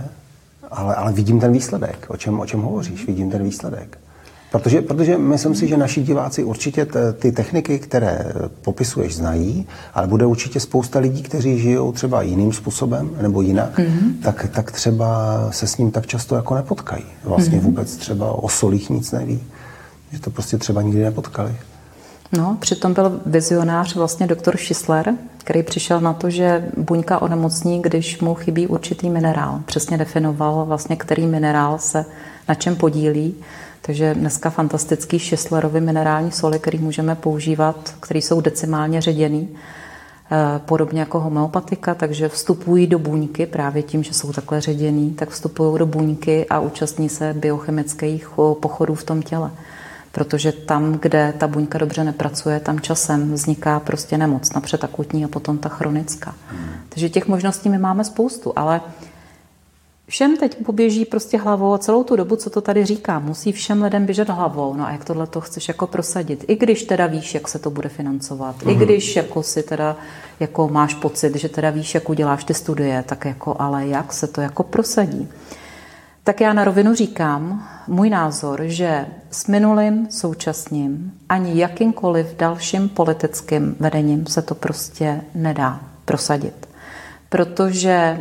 ale vidím ten výsledek. O čem hovoříš? Vidím ten výsledek. Protože myslím si, že naši diváci určitě ty techniky, které popisuješ, znají, ale bude určitě spousta lidí, kteří žijou třeba jiným způsobem nebo jinak, tak třeba se s ním tak často jako nepotkají. Vlastně vůbec třeba o solích nic neví. Že to prostě třeba nikdy nepotkali. No, přitom byl vizionář vlastně doktor Schissler, který přišel na to, že buňka onemocní, když mu chybí určitý minerál. Přesně definoval vlastně, který minerál se na čem podílí. Takže dneska fantastický Schisslerovy minerální soli, který můžeme používat, které jsou decimálně ředěný, podobně jako homeopatika, takže vstupují do buňky právě tím, že jsou takhle ředěný, tak vstupují do buňky a účastní se biochemických pochodů v tom těle. Protože tam, kde ta buňka dobře nepracuje, tam časem vzniká prostě nemoc, napřed akutní a potom ta chronická. Takže těch možností my máme spoustu, ale všem teď poběží prostě hlavou a celou tu dobu, co to tady říkám, musí všem lidem běžet hlavou. No a jak tohle to chceš jako prosadit? I když teda víš, jak se to bude financovat, i když jako si teda jako máš pocit, že teda víš, jak uděláš ty studie, tak jako ale jak se to jako prosadí? Tak já na rovinu říkám můj názor, že s minulým, současným ani jakýmkoliv dalším politickým vedením se to prostě nedá prosadit. Protože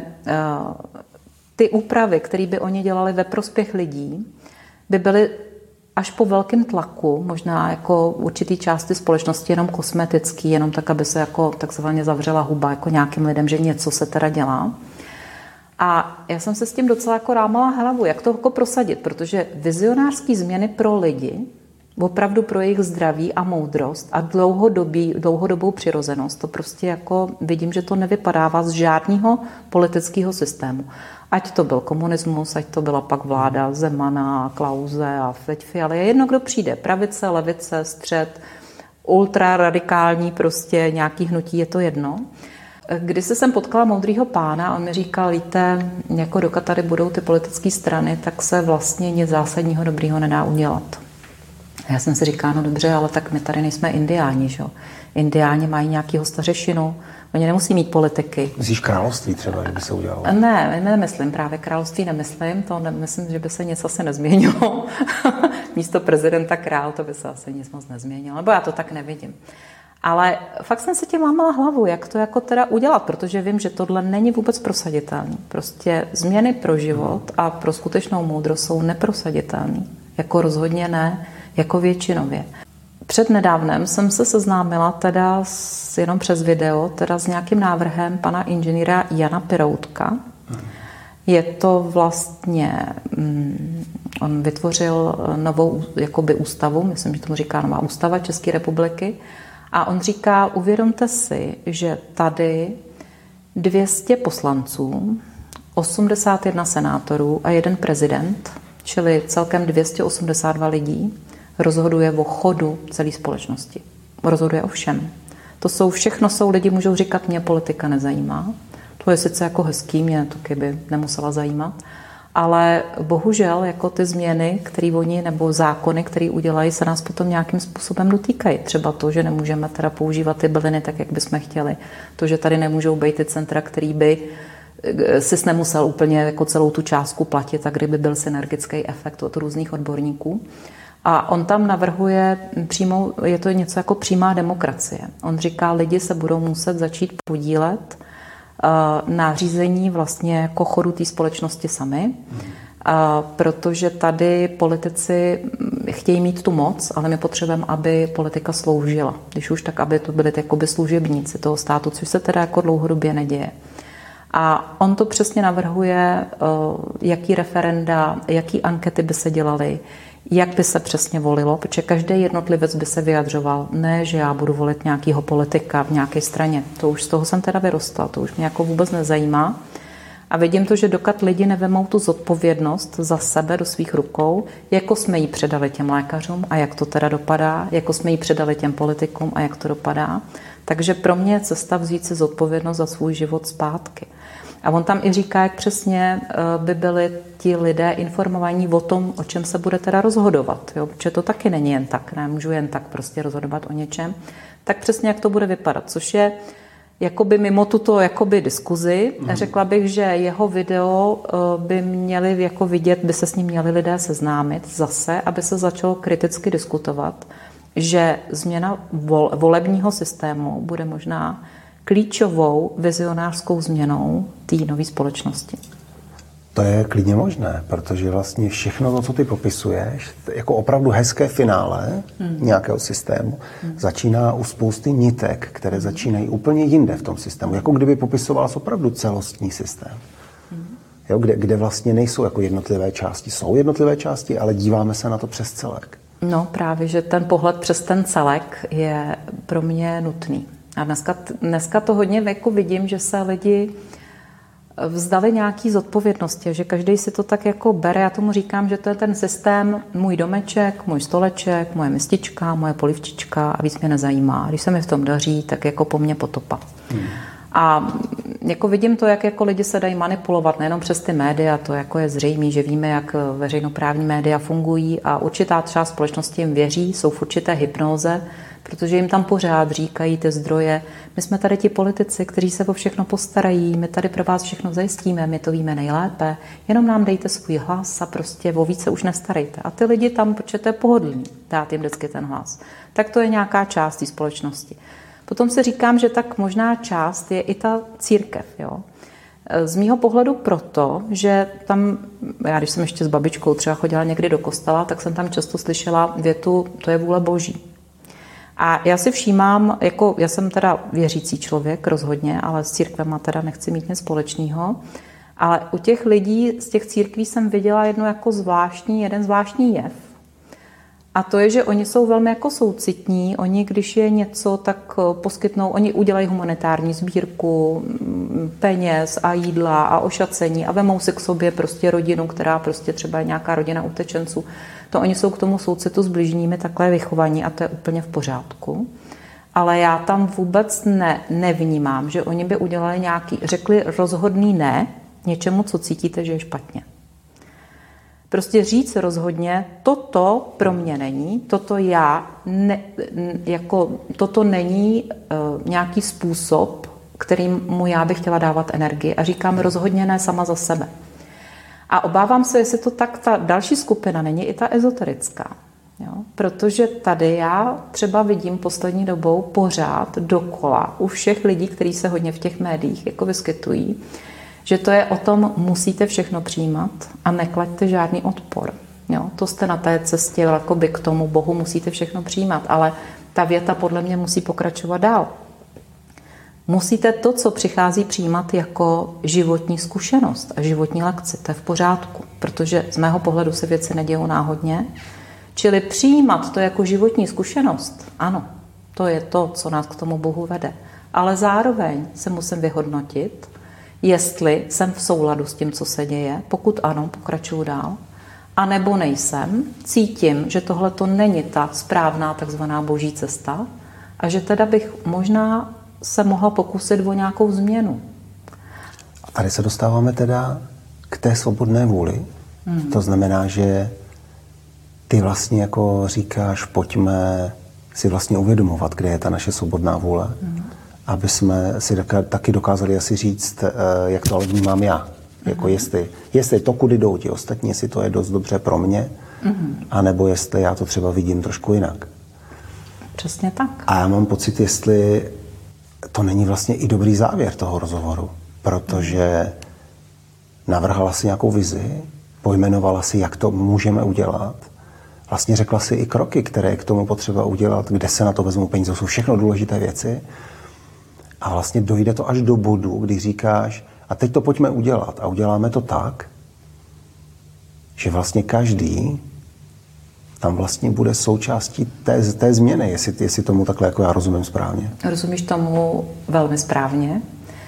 ty úpravy, které by oni dělali ve prospěch lidí, by byly až po velkém tlaku, možná jako určitý části společnosti jenom kosmetický, jenom tak, aby se jako takzvaně zavřela huba jako nějakým lidem, že něco se teda dělá. A já jsem se s tím docela jako rámala hlavu, jak to jako prosadit, protože vizionářské změny pro lidi, opravdu pro jejich zdraví a moudrost a dlouhodobou přirozenost, to prostě jako vidím, že to nevypadává z žádného politického systému. Ať to byl komunismus, ať to byla pak vláda Zemana, Klause a teď Fialy. Jedno, kdo přijde, pravice, levice, střed, ultraradikální prostě nějaký hnutí, je to jedno. Když se jsem potkala moudrýho pána, on mi říkal, víte, jako dokud tady budou ty politické strany, tak se vlastně nic zásadního dobrýho nedá udělat. A já jsem si říkala, no dobře, ale tak my tady nejsme indiáni, že jo. Indiáni mají nějakýho stařešinu, oni nemusí mít politiky. Myslíš království třeba, že by se udělalo? Ne, nemyslím, právě království nemyslím, to nemyslím, že by se nic asi nezměnilo. Místo prezidenta král, to by se asi nic moc nezměnilo, nebo já to tak nevidím. Ale fakt jsem se tím lámala hlavu, jak to jako teda udělat, protože vím, že tohle není vůbec prosaditelné. Prostě změny pro život a pro skutečnou moudrost jsou neprosaditelné. Jako rozhodně ne, jako většinově. Přednedávnem jsem se seznámila teda jenom přes video teda s nějakým návrhem pana inženýra Jana Piroutka. Je to vlastně, on vytvořil novou jakoby ústavu, myslím, že tomu říká nová ústava České republiky, a on říká, uvědomte si, že tady 200 poslanců, 81 senátorů a jeden prezident, čili celkem 282 lidí, rozhoduje o chodu celé společnosti. Rozhoduje o všem. To všechno jsou lidi, můžou říkat, mě politika nezajímá. To je sice jako hezký, mě to by nemusela zajímat. ale bohužel jako ty změny, které oni nebo zákony, které udělají, se nás potom nějakým způsobem dotýkají. Třeba to, že nemůžeme teda používat ty byliny tak, jak bychom chtěli. To, že tady nemůžou být ty centra, který by sis nemusel úplně jako celou tu částku platit, a kdyby byl synergický efekt od různých odborníků. A on tam navrhuje přímou, je to něco jako přímá demokracie. On říká, lidi se budou muset začít podílet na řízení vlastně jako chodu té společnosti sami, protože tady politici chtějí mít tu moc, ale my potřebujeme, aby politika sloužila. Když už tak, aby to byli jakoby služebníci toho státu, což se teda jako dlouhodobě neděje. A on to přesně navrhuje, jaký referenda, jaký ankety by se dělaly, jak by se přesně volilo, protože každý jednotlivec by se vyjadřoval. Ne, že já budu volit nějakého politika v nějaké straně. To už z toho jsem teda vyrostla, to už mě jako vůbec nezajímá. A vidím to, že dokud lidi nevemou tu zodpovědnost za sebe do svých rukou, jako jsme ji předali těm lékařům a jak to teda dopadá, jako jsme ji předali těm politikům a jak to dopadá. Takže pro mě je cesta vzít si zodpovědnost za svůj život zpátky. A on tam i říká, jak přesně by byli ti lidé informovaní o tom, o čem se bude teda rozhodovat. Jo? Protože to taky není jen tak, nemůžu jen tak prostě rozhodovat o něčem. Tak přesně, jak to bude vypadat, což je jakoby mimo tuto jakoby diskuzi. Řekla bych, že jeho video by měli jako vidět, by se s ním měli lidé seznámit zase, aby se začalo kriticky diskutovat, že změna volebního systému bude možná klíčovou vizionářskou změnou té nové společnosti. To je klidně možné, protože vlastně všechno to, co ty popisuješ, jako opravdu hezké finále nějakého systému, začíná u spousty nitek, které začínají úplně jinde v tom systému. Jako kdyby popisoval opravdu celostní systém. Jo, kde vlastně nejsou jako jednotlivé části. Jsou jednotlivé části, ale díváme se na to přes celek. No právě, že ten pohled přes ten celek je pro mě nutný. A dneska to hodně jako vidím, že se lidi vzdali nějaký zodpovědnosti, že každý si to tak jako bere. Já tomu říkám, že to je ten systém můj domeček, můj stoleček, moje mistička, moje polivčička a víc mě nezajímá. Když se mi v tom daří, tak jako po mně potopa. A jako vidím to, jak jako lidi se dají manipulovat nejenom přes ty média, to jako je zřejmé, že víme, jak veřejnoprávní média fungují a určitá část společnosti jim věří, jsou v určité hypnóze, protože jim tam pořád říkají ty zdroje, my jsme tady ti politici, kteří se o všechno postarají, my tady pro vás všechno zajistíme, my to víme nejlépe, jenom nám dejte svůj hlas a prostě o více už nestarejte. A ty lidi tam, protože to je pohodlný, dát jim vždycky ten hlas. Tak to je nějaká část té společnosti. Potom si říkám, že tak možná část je i ta církev. Jo? Z mýho pohledu proto, že tam, já když jsem ještě s babičkou třeba chodila někdy do kostela, tak jsem tam často slyšela větu, to je vůle Boží. A já si všímám, jako já jsem teda věřící člověk rozhodně, ale s církvema teda nechci mít nic společného, ale u těch lidí z těch církví jsem viděla jeden zvláštní jev. A to je, že oni jsou velmi jako soucitní, oni když je něco, tak poskytnou, oni udělají humanitární sbírku peněz a jídla a ošacení a vemou si k sobě prostě rodinu, která prostě třeba je nějaká rodina utečenců. To oni jsou k tomu soucitu s bližními takhle vychovaní a to je úplně v pořádku. Ale já tam vůbec nevnímám, že oni by udělali řekli rozhodný ne něčemu, co cítíte, že je špatně. Prostě říct rozhodně, toto pro mě není, toto není nějaký způsob, kterýmu já bych chtěla dávat energii a říkám rozhodně ne sama za sebe. A obávám se, jestli to tak ta další skupina není i ta ezoterická. Jo? Protože tady já třeba vidím poslední dobou pořád dokola u všech lidí, kteří se hodně v těch médiích jako vyskytují, že to je o tom, musíte všechno přijímat a neklaďte žádný odpor. Jo? To jste na té cestě jakoby k tomu Bohu, musíte všechno přijímat, ale ta věta podle mě musí pokračovat dál. Musíte to, co přichází, přijímat jako životní zkušenost a životní lekci. To je v pořádku, protože z mého pohledu se věci nedějou náhodně. Čili přijímat to jako životní zkušenost, ano, to je to, co nás k tomu Bohu vede. Ale zároveň se musím vyhodnotit, jestli jsem v souladu s tím, co se děje, pokud ano, pokračuju dál, a nebo nejsem, cítím, že tohle to není ta správná takzvaná boží cesta a že teda bych možná se mohla pokusit o nějakou změnu. A tady se dostáváme teda k té svobodné vůli. To znamená, že ty vlastně jako říkáš, pojďme si vlastně uvědomovat, kde je ta naše svobodná vůle, aby jsme si taky dokázali asi říct, jak to ale vnímám já. Jako jestli to, kudy jdou ti ostatní, jestli to je dost dobře pro mě, anebo jestli já to třeba vidím trošku jinak. Přesně tak. A já mám pocit, jestli to není vlastně i dobrý závěr toho rozhovoru, protože navrhala si nějakou vizi, pojmenovala si, jak to můžeme udělat, vlastně řekla si i kroky, které je k tomu potřeba udělat, kde se na to vezmou peníze, to jsou všechno důležité věci. A vlastně dojde to až do bodu, kdy říkáš, a teď to pojďme udělat. A uděláme to tak, že vlastně každý tam vlastně bude součástí té změny, jestli tomu takhle jako já rozumím správně. Rozumíš tomu velmi správně.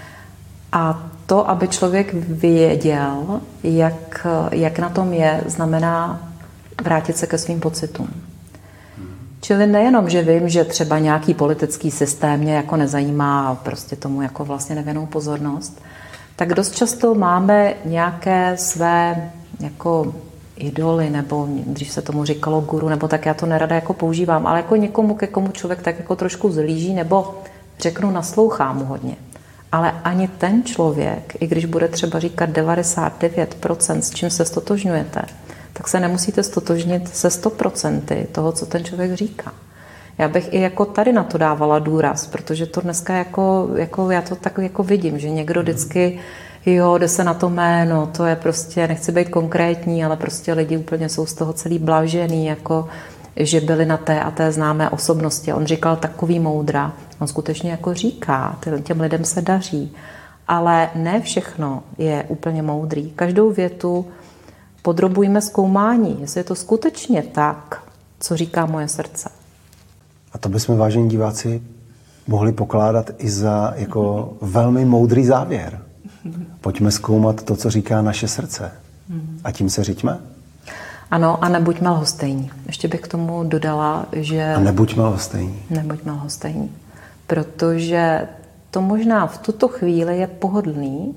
A to, aby člověk věděl, jak na tom je, znamená vrátit se ke svým pocitům. Čili nejenom, že vím, že třeba nějaký politický systém mě jako nezajímá a prostě tomu jako vlastně nevěnou pozornost, tak dost často máme nějaké své jako idoly, nebo když se tomu říkalo guru, nebo tak já to nerada jako používám, ale jako někomu, ke komu člověk tak jako trošku zlíží, nebo řeknu, naslouchá mu hodně. Ale ani ten člověk, i když bude třeba říkat 99%, s čím se stotožňujete, tak se nemusíte stotožnit se 100% toho, co ten člověk říká. Já bych i jako tady na to dávala důraz, protože to dneska jako já to tak jako vidím, že někdo vždycky, jde se na to jméno, to je prostě, nechci být konkrétní, ale prostě lidi úplně jsou z toho celý blažený, jako že byli na té a té známé osobnosti. On říkal takový moudra, on skutečně jako říká, těm lidem se daří, ale ne všechno je úplně moudrý. Každou větu podrobujme zkoumání, jestli je to skutečně tak, co říká moje srdce. A to bychom, vážení diváci, mohli pokládat i za jako velmi moudrý závěr. Pojďme zkoumat to, co říká naše srdce. A tím se řiďme? Ano, a nebuďme lhostejní. Ještě bych k tomu dodala, že... A nebuďme lhostejní. Nebuďme lhostejní. Protože to možná v tuto chvíli je pohodlný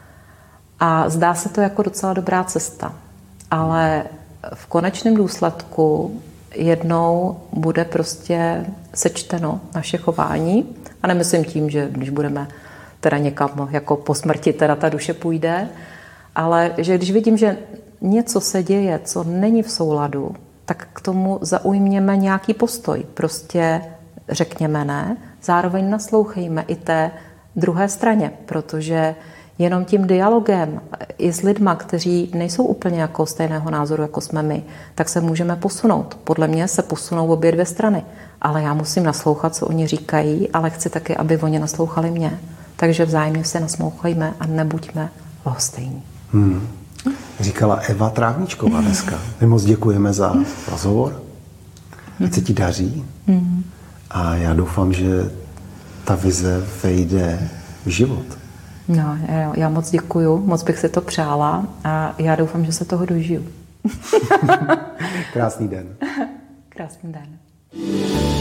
a zdá se to jako docela dobrá cesta. Ale v konečném důsledku jednou bude prostě sečteno naše chování. A nemyslím tím, že když budeme teda někam jako po smrti teda ta duše půjde, ale že když vidím, že něco se děje, co není v souladu, tak k tomu zaujměme nějaký postoj. Prostě řekněme ne, zároveň naslouchejme i té druhé straně, protože jenom tím dialogem i s lidma, kteří nejsou úplně jako stejného názoru, jako jsme my, tak se můžeme posunout. Podle mě se posunou obě dvě strany, ale já musím naslouchat, co oni říkají, ale chci taky, aby oni naslouchali mě. Takže vzájemně se naslouchejme a nebuďme lhostejní. Říkala Eva Trávničková dneska. My moc děkujeme za rozhovor. Ať se ti daří. A já doufám, že ta vize vejde v život. No, já moc děkuju, moc bych si to přála a já doufám, že se toho dožiju. Krásný den. Krásný den.